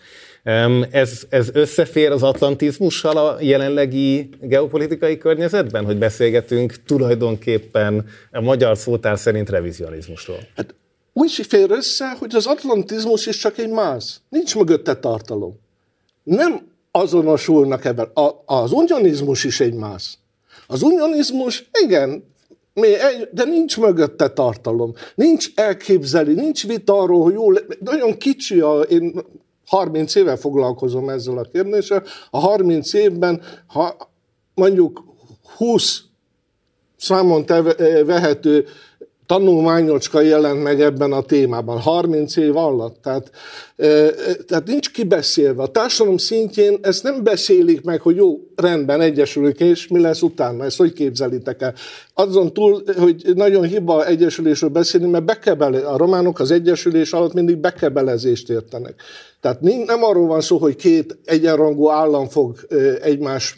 B: Ez összefér az atlantizmussal a jelenlegi geopolitikai környezetben, hogy beszélgetünk tulajdonképpen a magyar szótár szerint revizionizmusról?
G: Hát úgy fér össze, hogy az atlantizmus is csak egy máz. Nincs mögötte tartalom. Nem azonosulnak ebben. Az unionizmus is egy máz. Az unionizmus, igen, de nincs mögötte tartalom. Nincs elképzelni, nincs vita arról, hogy jó, nagyon kicsi én 30 éve foglalkozom ezzel a kérdéssel. A 30 évben, ha mondjuk 20 számon vehető tanulmányocska jelent meg ebben a témában, 30 év alatt. Tehát nincs kibeszélve. A társadalom szintjén ezt nem beszélik meg, hogy jó, rendben, egyesülünk, és mi lesz utána, ezt hogy képzelitek el. Azon túl, hogy nagyon hiba egyesülésről beszélni, mert a románok az egyesülés alatt mindig bekebelezést értenek. Tehát nem arról van szó, hogy két egyenrangú állam fog egymás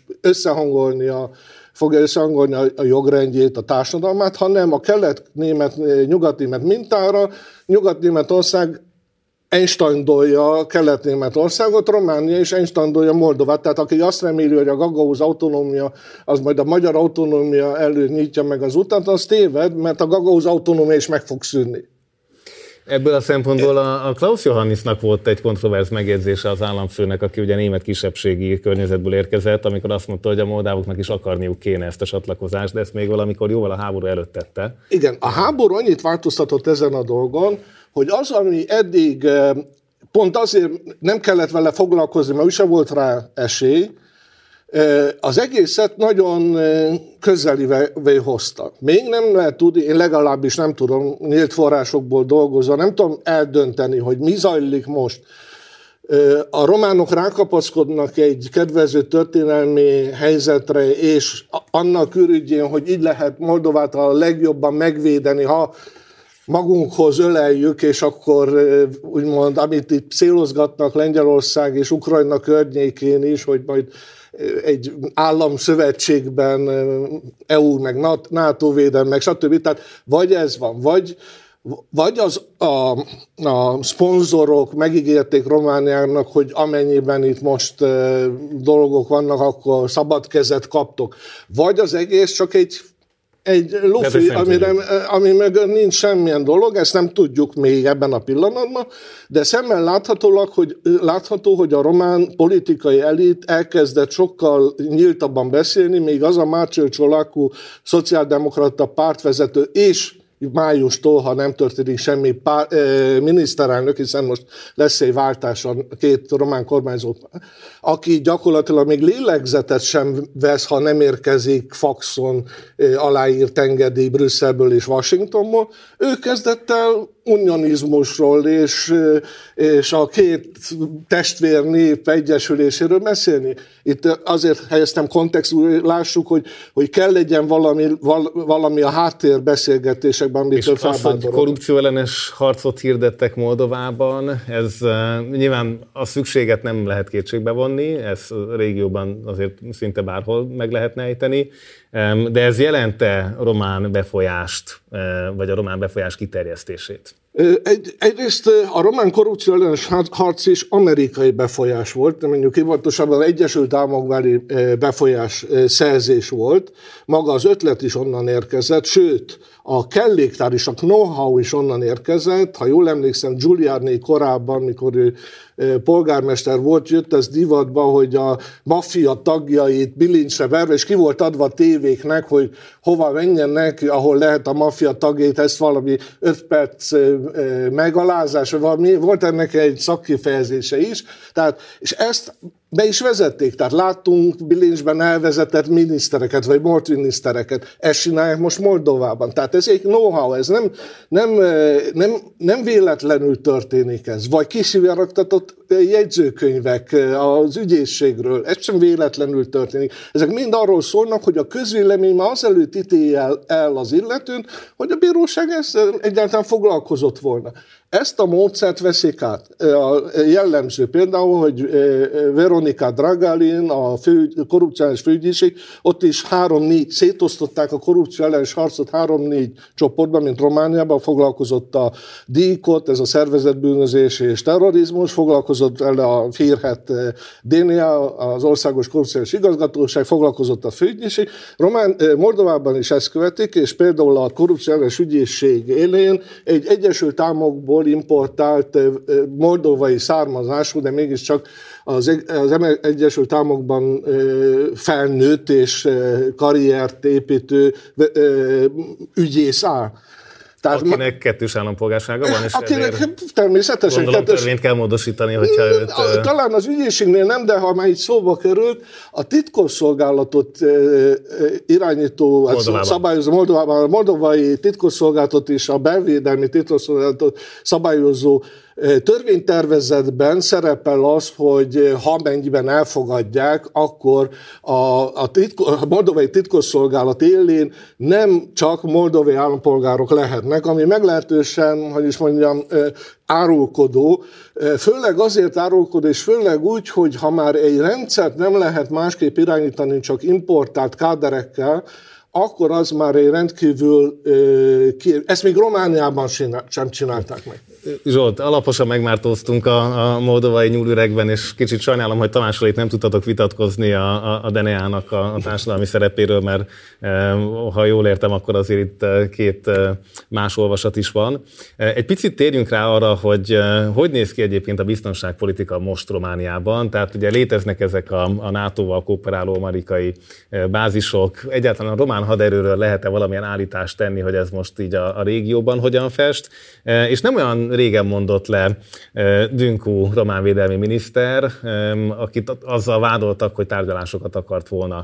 G: fogja összehangolni a jogrendjét, a társadalmát, hanem a nyugat-német mintára Nyugat-Németország Einsteindolja Kelet-Németországot, Románia és Einsteindolja Moldovát. Tehát aki azt reméli, hogy a Gagauz autonómia az majd a magyar autonómia előtt nyitja meg az utat, az téved, mert a Gagauz autonómia is meg fog szűnni.
B: Ebből a szempontból a Klaus Johannisnak volt egy kontroverz megjegyzése az államfőnek, aki ugye német kisebbségi környezetből érkezett, amikor azt mondta, hogy a moldávoknak is akarniuk kéne ezt a csatlakozást, de ezt még valamikor jóval a háború előtt tette.
G: Igen, a háború annyit változtatott ezen a dolgon, hogy az, ami eddig pont azért nem kellett vele foglalkozni, mert úgyse volt rá esély, az egészet nagyon közelivé hozta. Még nem lehet tudni, én legalábbis nem tudom, nyílt forrásokból dolgozva, nem tudom eldönteni, hogy mi zajlik most. A románok rákapaszkodnak egy kedvező történelmi helyzetre, és annak ürügyén, hogy így lehet Moldovát a legjobban megvédeni, ha magunkhoz öleljük, és akkor úgymond, amit itt célozgatnak Lengyelország és Ukrajna környékén is, hogy majd egy államszövetségben EU, meg NATO védelem, meg stb. Tehát vagy ez van, vagy a szponzorok megígérték Romániának, hogy amennyiben itt most dolgok vannak, akkor szabad kezet kaptok. Vagy az egész csak egy lufi, ami mögött nincs semmilyen dolog, ezt nem tudjuk még ebben a pillanatban, de szemmel látható, hogy a román politikai elit elkezdett sokkal nyíltabban beszélni, még az a Márcil Csolakú szociáldemokrata pártvezető és májustól, ha nem történik semmi, miniszterelnök, hiszen most lesz egy váltás a két román kormányzó, aki gyakorlatilag még lélegzetet sem vesz, ha nem érkezik faxon aláírt engedély Brüsszelből és Washingtonból. Ő kezdett el unionizmusról és a két testvér nép egyesüléséről beszélni. Itt azért helyeztem kontextusra, lássuk, hogy kell legyen valami a háttérbeszélgetésekben, amitől felvándorolunk. És az, hogy korrupcióellenes
B: harcot hirdettek Moldovában, ez nyilván a szükséget nem lehet kétségbe vonni, ez a régióban azért szinte bárhol meg lehetne ejteni, de ez jelente román befolyást, vagy a román befolyás kiterjesztését?
G: Egyrészt a román korrupció ellenes harc is amerikai befolyás volt, mondjuk hivatalosan Egyesült Államokbeli befolyás szerzés volt, maga az ötlet is onnan érkezett, sőt, a kelléktár és a know-how is onnan érkezett. Ha jól emlékszem, Giuliani korábban, mikor ő polgármester volt, jött ez divatba, hogy a maffia tagjait bilincsre verve, és ki volt adva a tévéknek, hogy hova menjenek, ahol lehet a maffia tagjait, ezt valami 5 perc megalázás, vagy valami, volt ennek egy szakkifejezése is. Tehát, és ezt be is vezették, tehát láttunk bilincsben elvezetett minisztereket, vagy minisztereket, ezt csinálják most Moldovában. Tehát ez egy know-how, ez nem véletlenül történik ez, vagy kisivárogtatott jegyzőkönyvek az ügyészségről, ez sem véletlenül történik. Ezek mind arról szólnak, hogy a közvélemény már azelőtt ítélje el az illetőn, hogy a bíróság ezzel egyáltalán foglalkozott volna. Ezt a módszert veszik át. A jellemző például, hogy Veronika Dragalin, a korrupciós főügyészség, ott is 3-4, szétosztották a korrupció ellenes harcot 3-4 csoportban, mint Romániában, foglalkozott a DICOT, ez a szervezetbűnözés és terrorizmus, foglalkozott vele a Firhet DNA, az Országos Korrupciós Igazgatóság, foglalkozott a főügyészség. Moldovában is ezt követik, és például a korrupció ellenes ügyészség élén egy Egyesült Államokból importált moldovai származású, de mégiscsak az Egyesült Államokban felnőtt és karriert építő ügyész áll.
B: Tehát akinek kettős állampolgársága van, és
G: akinek természetesen
B: gondolom törvényt kell módosítani, hogyha őt...
G: Talán az ügyészségnél nem, de ha már így szóba került, a titkosszolgálatot irányító, szabályozó Moldovában, a moldovai titkosszolgálatot és a belvédelmi titkosszolgálatot szabályozó törvénytervezetben szerepel az, hogy ha mennyiben elfogadják, akkor a moldovai titkosszolgálat élén nem csak moldovai állampolgárok lehetnek, ami meglehetősen, hogy is mondjam, árulkodó, főleg azért árulkodó, és főleg úgy, hogy ha már egy rendszert nem lehet másképp irányítani, csak importált káderekkel, akkor az már egy rendkívül, ezt még Romániában sem csinálták meg.
B: Zsolt, alaposan megmártóztunk a moldovai nyúlüregben, és kicsit sajnálom, hogy Tamással itt nem tudtatok vitatkozni a DNA-nak a társadalmi szerepéről, mert ha jól értem, akkor azért itt két más olvasat is van. Egy picit térjünk rá arra, hogy néz ki egyébként a biztonságpolitika most Romániában. Tehát ugye léteznek ezek a NATO-val kooperáló amerikai bázisok. Egyáltalán a román haderőről lehet-e valamilyen állítást tenni, hogy ez most így a régióban hogyan fest? És nem olyan régen mondott le Dünku román védelmi miniszter, akit azzal vádoltak, hogy tárgyalásokat akart volna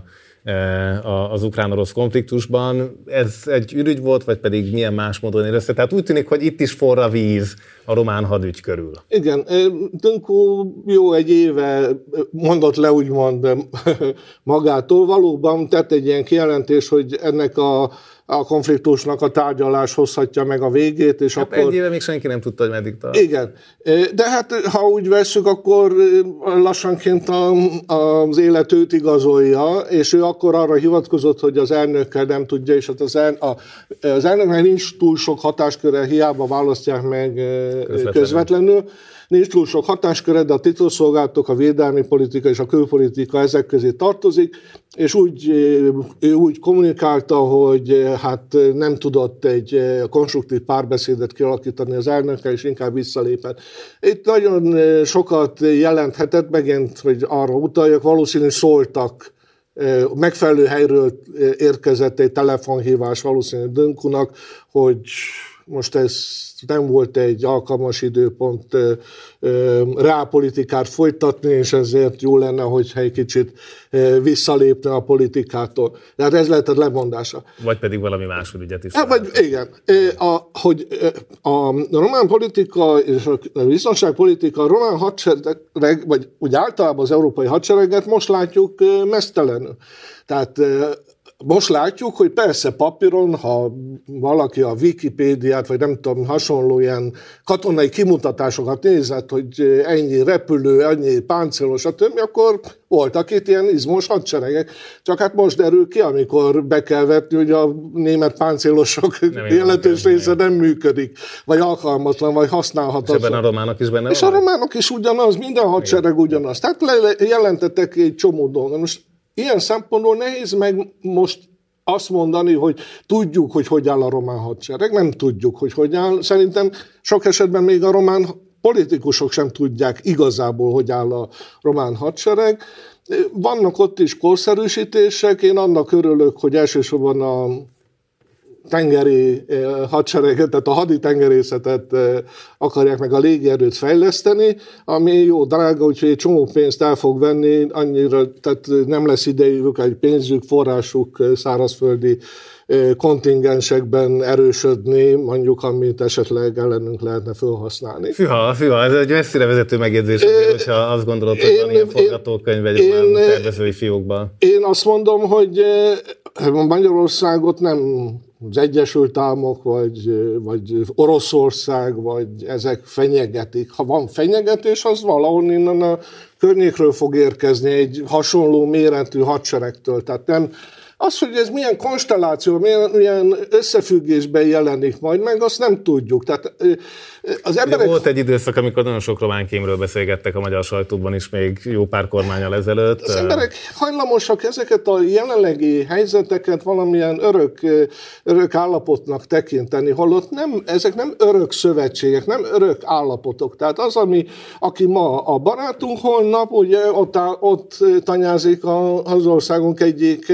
B: az ukrán-orosz konfliktusban. Ez egy ürügy volt, vagy pedig milyen más módon ér össze? Tehát úgy tűnik, hogy itt is forr a víz a román hadügy körül.
G: Igen, Dünku jó egy éve mondott le úgymond magától. Valóban tett egy ilyen kijelentés, hogy ennek a konfliktusnak a tárgyalás hozhatja meg a végét, és
B: hát
G: akkor...
B: egy éve még senki nem tudta, hogy meddig tart.
G: Igen, de hát ha úgy vesszük, akkor lassanként az élet őt igazolja, és ő akkor arra hivatkozott, hogy az elnökkel nem tudja, és hát az elnöknek nincs túl sok hatásköre, hiába választják meg közvetlenül. Nincs túl sok hatásköre, de a titkosszolgálatok, a védelmi politika és a külpolitika ezek közé tartozik, és ő úgy kommunikálta, hogy hát nem tudott egy konstruktív párbeszédet kialakítani az elnökkel, és inkább visszalépett. Itt nagyon sokat jelenthetett, megint, hogy arra utaljak, valószínűleg szóltak, megfelelő helyről érkezett egy telefonhívás valószínűleg Dünkunak, hogy most ez nem volt egy alkalmas időpont reálpolitikát folytatni, és ezért jó lenne, hogyha egy kicsit visszalépne a politikától. Tehát ez lehet a lemondása.
B: Vagy pedig valami más ügyet is.
G: Hát, vagy igen. Hogy a román politika és a biztonságpolitika, a román hadsereg, vagy úgy általában az európai hadsereget most látjuk meztelenül. Tehát most látjuk, hogy persze papíron, ha valaki a Wikipédiát, vagy nem tudom, hasonló ilyen katonai kimutatásokat nézett, hogy ennyi repülő, ennyi páncélos, stb., akkor voltak itt ilyen izmos hadseregek. Csak hát most derül ki, amikor be kell vetni, hogy a német páncélosok jelentős része nem működik, vagy alkalmatlan, vagy használhatatlan.
B: És ebben a románok is benne
G: és van? És a románok is ugyanaz, minden hadsereg ugyanaz. Tehát jelentettek egy csomó dolgot. Most ilyen szempontból nehéz meg most azt mondani, hogy tudjuk, hogy áll a román hadsereg. Nem tudjuk, hogy áll. Szerintem sok esetben még a román politikusok sem tudják igazából, hogy áll a román hadsereg. Vannak ott is korszerűsítések. Én annak örülök, hogy elsősorban a tengeri hadsereget, tehát a haditengerészetet akarják meg a légierőt fejleszteni, ami jó drága, úgyhogy egy csomó pénzt el fog venni, annyira, tehát nem lesz idejük, egy pénzük, forrásuk szárazföldi kontingensekben erősödni, mondjuk, amit esetleg ellenünk lehetne felhasználni.
B: Fűha, ez egy messzire vezető megjegyzés, hogyha azt gondolod, hogy van ilyen forgatókönyv egy olyan tervezői fiókban.
G: Én azt mondom, hogy Magyarországot nem az Egyesült Államok, vagy Oroszország, vagy ezek fenyegetik. Ha van fenyegetés, az valahol innen a környékről fog érkezni egy hasonló méretű hadseregtől. Tehát nem az, hogy ez milyen konstelláció, milyen összefüggésben jelenik majd meg, azt nem tudjuk. Tehát az emberek...
B: Volt egy időszak, amikor nagyon sok román kémről beszélgettek a magyar sajtóban is még jó pár kormánnyal ezelőtt.
G: Az emberek hajlamosak ezeket a jelenlegi helyzeteket valamilyen örök állapotnak tekinteni, holott ezek nem örök szövetségek, nem örök állapotok. Tehát az, aki ma a barátunk, holnap ugye ott tanyázik az országunk egyik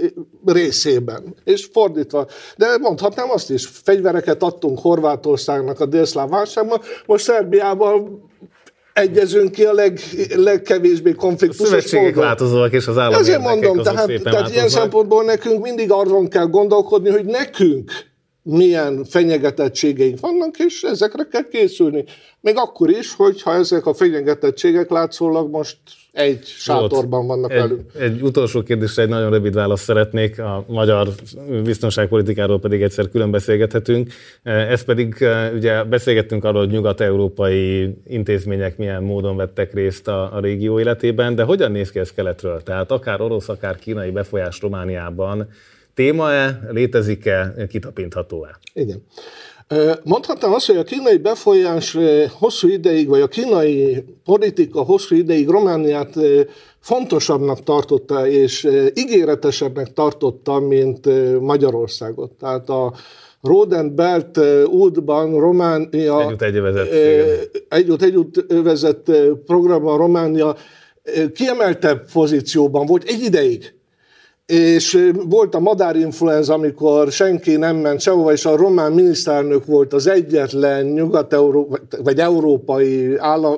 G: részében, és fordítva. De mondhatnám azt is, fegyvereket adtunk Horvátországnak a délszláv válságban, most Szerbiával egyezünk ki a legkevésbé konfliktusos
B: szövetségek változóak, és az állami
G: érdekek mondom, tehát ilyen szempontból nekünk mindig arról kell gondolkodni, hogy nekünk milyen fenyegetettségeink vannak, és ezekre kell készülni. Még akkor is, hogyha ezek a fenyegetettségek látszólag most egy sátorban vannak velünk.
B: Egy utolsó kérdésre egy nagyon rövid választ szeretnék, a magyar biztonságpolitikáról pedig egyszer külön beszélgethetünk. Ez pedig, ugye beszélgettünk arról, hogy nyugat-európai intézmények milyen módon vettek részt a régió életében, de hogyan néz ki ez keletről? Tehát akár orosz, akár kínai befolyás Romániában téma-e, létezik-e, kitapintható-e?
G: Igen. Mondhatnám azt, hogy a kínai befolyás hosszú ideig, vagy a kínai politika hosszú ideig Romániát fontosabbnak tartotta, és ígéretesebbnek tartotta, mint Magyarországot. Tehát a Road and Belt útban Románia... Együtt vezet programban Románia kiemeltebb pozícióban volt egy ideig. És volt a madárinfluenza, amikor senki nem ment sehova, és a román miniszterelnök volt az egyetlen vagy európai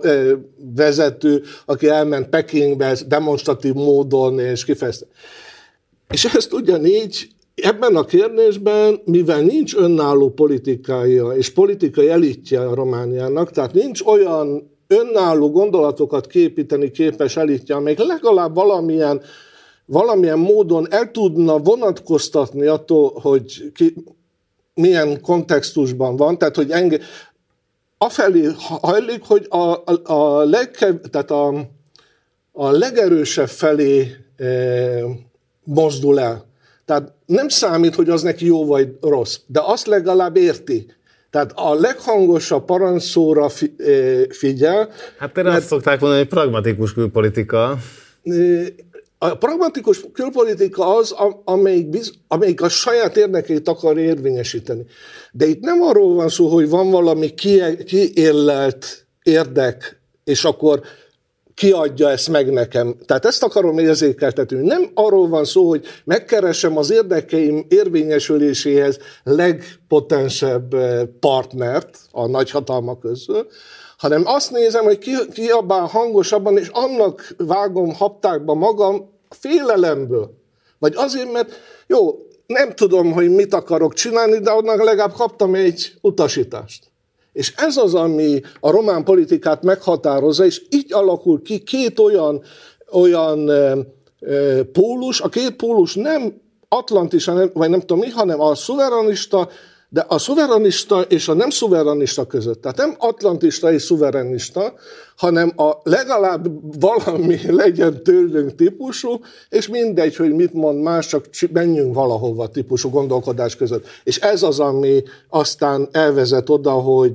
G: vezető, aki elment Pekingbe demonstratív módon, és kifejezte. És ezt ugyanígy ebben a kérdésben, mivel nincs önálló politikája és politikai elitje a Romániának, tehát nincs olyan önálló gondolatokat képíteni képes elitje, amelyik legalább valamilyen módon el tudna vonatkoztatni attól, hogy milyen kontextusban van, tehát hogy afelé hajlik, hogy a legerősebb felé mozdul el. Tehát nem számít, hogy az neki jó vagy rossz, de azt legalább érti. Tehát a leghangosabb parancsszóra figyel.
B: Hát erre azt szokták mondani, hogy pragmatikus külpolitika.
G: A pragmatikus külpolitika az, amelyik a saját érdekeit akar érvényesíteni. De itt nem arról van szó, hogy van valami kiérlelt érdek, és akkor kiadja ezt meg nekem. Tehát ezt akarom érzékeltetni. Nem arról van szó, hogy megkeresem az érdekeim érvényesüléséhez legpotensebb partnert a nagyhatalmak közül, hanem azt nézem, hogy ki abban hangosabban, és annak vágom haptákba magam félelemből. Vagy azért, mert jó, nem tudom, hogy mit akarok csinálni, de annak legalább kaptam egy utasítást. És ez az, ami a román politikát meghatározza, és így alakul ki két olyan pólus. A két pólus nem atlantista, vagy nem tudom mi, hanem a szuverenista, de a szuverenista és a nem szuverenista között. Tehát nem atlantista és szuverenista, hanem a legalább valami legyen tőlünk típusú, és mindegy, hogy mit mond más, csak menjünk valahova típusú gondolkodás között. És ez az, ami aztán elvezet oda,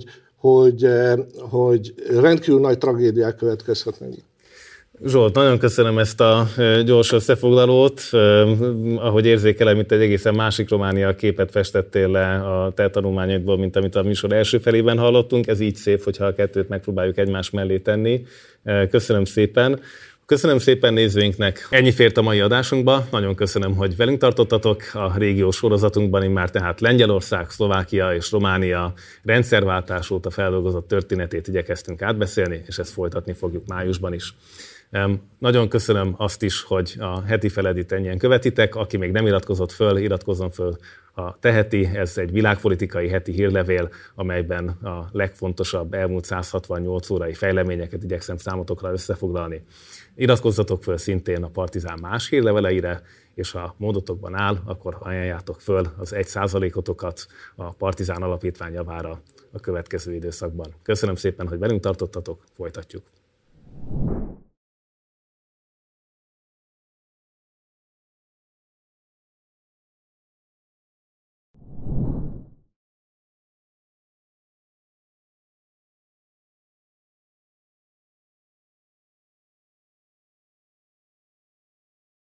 G: hogy rendkívül nagy tragédiák következhetnek.
B: Zsolt, nagyon köszönöm ezt a gyors összefoglalót. Ahogy érzékelem, itt egy egészen másik Románia képet festettél le a te tanulmányodból, mint amit a műsor első felében hallottunk. Ez így szép, hogyha a kettőt megpróbáljuk egymás mellé tenni. Köszönöm szépen. Köszönöm szépen nézőinknek. Ennyi fért a mai adásunkba. Nagyon köszönöm, hogy velünk tartottatok. A régiós sorozatunkban immár tehát Lengyelország, Szlovákia és Románia rendszerváltás óta feldolgozott történetét igyekeztünk átbeszélni, és ezt folytatni fogjuk májusban is. Nagyon köszönöm azt is, hogy a heti Feledit ennyien követitek. Aki még nem iratkozott föl, iratkozzon föl, ha teheti. Ez egy világpolitikai heti hírlevél, amelyben a legfontosabb elmúlt 168 órai fejleményeket igyekszem számotokra összefoglalni. Iratkozzatok föl szintén a Partizán más hírleveleire, és ha módotokban áll, akkor ajánljátok föl az 1%-otokat a Partizán Alapítvány javára a következő időszakban. Köszönöm szépen, hogy velünk tartottatok, folytatjuk.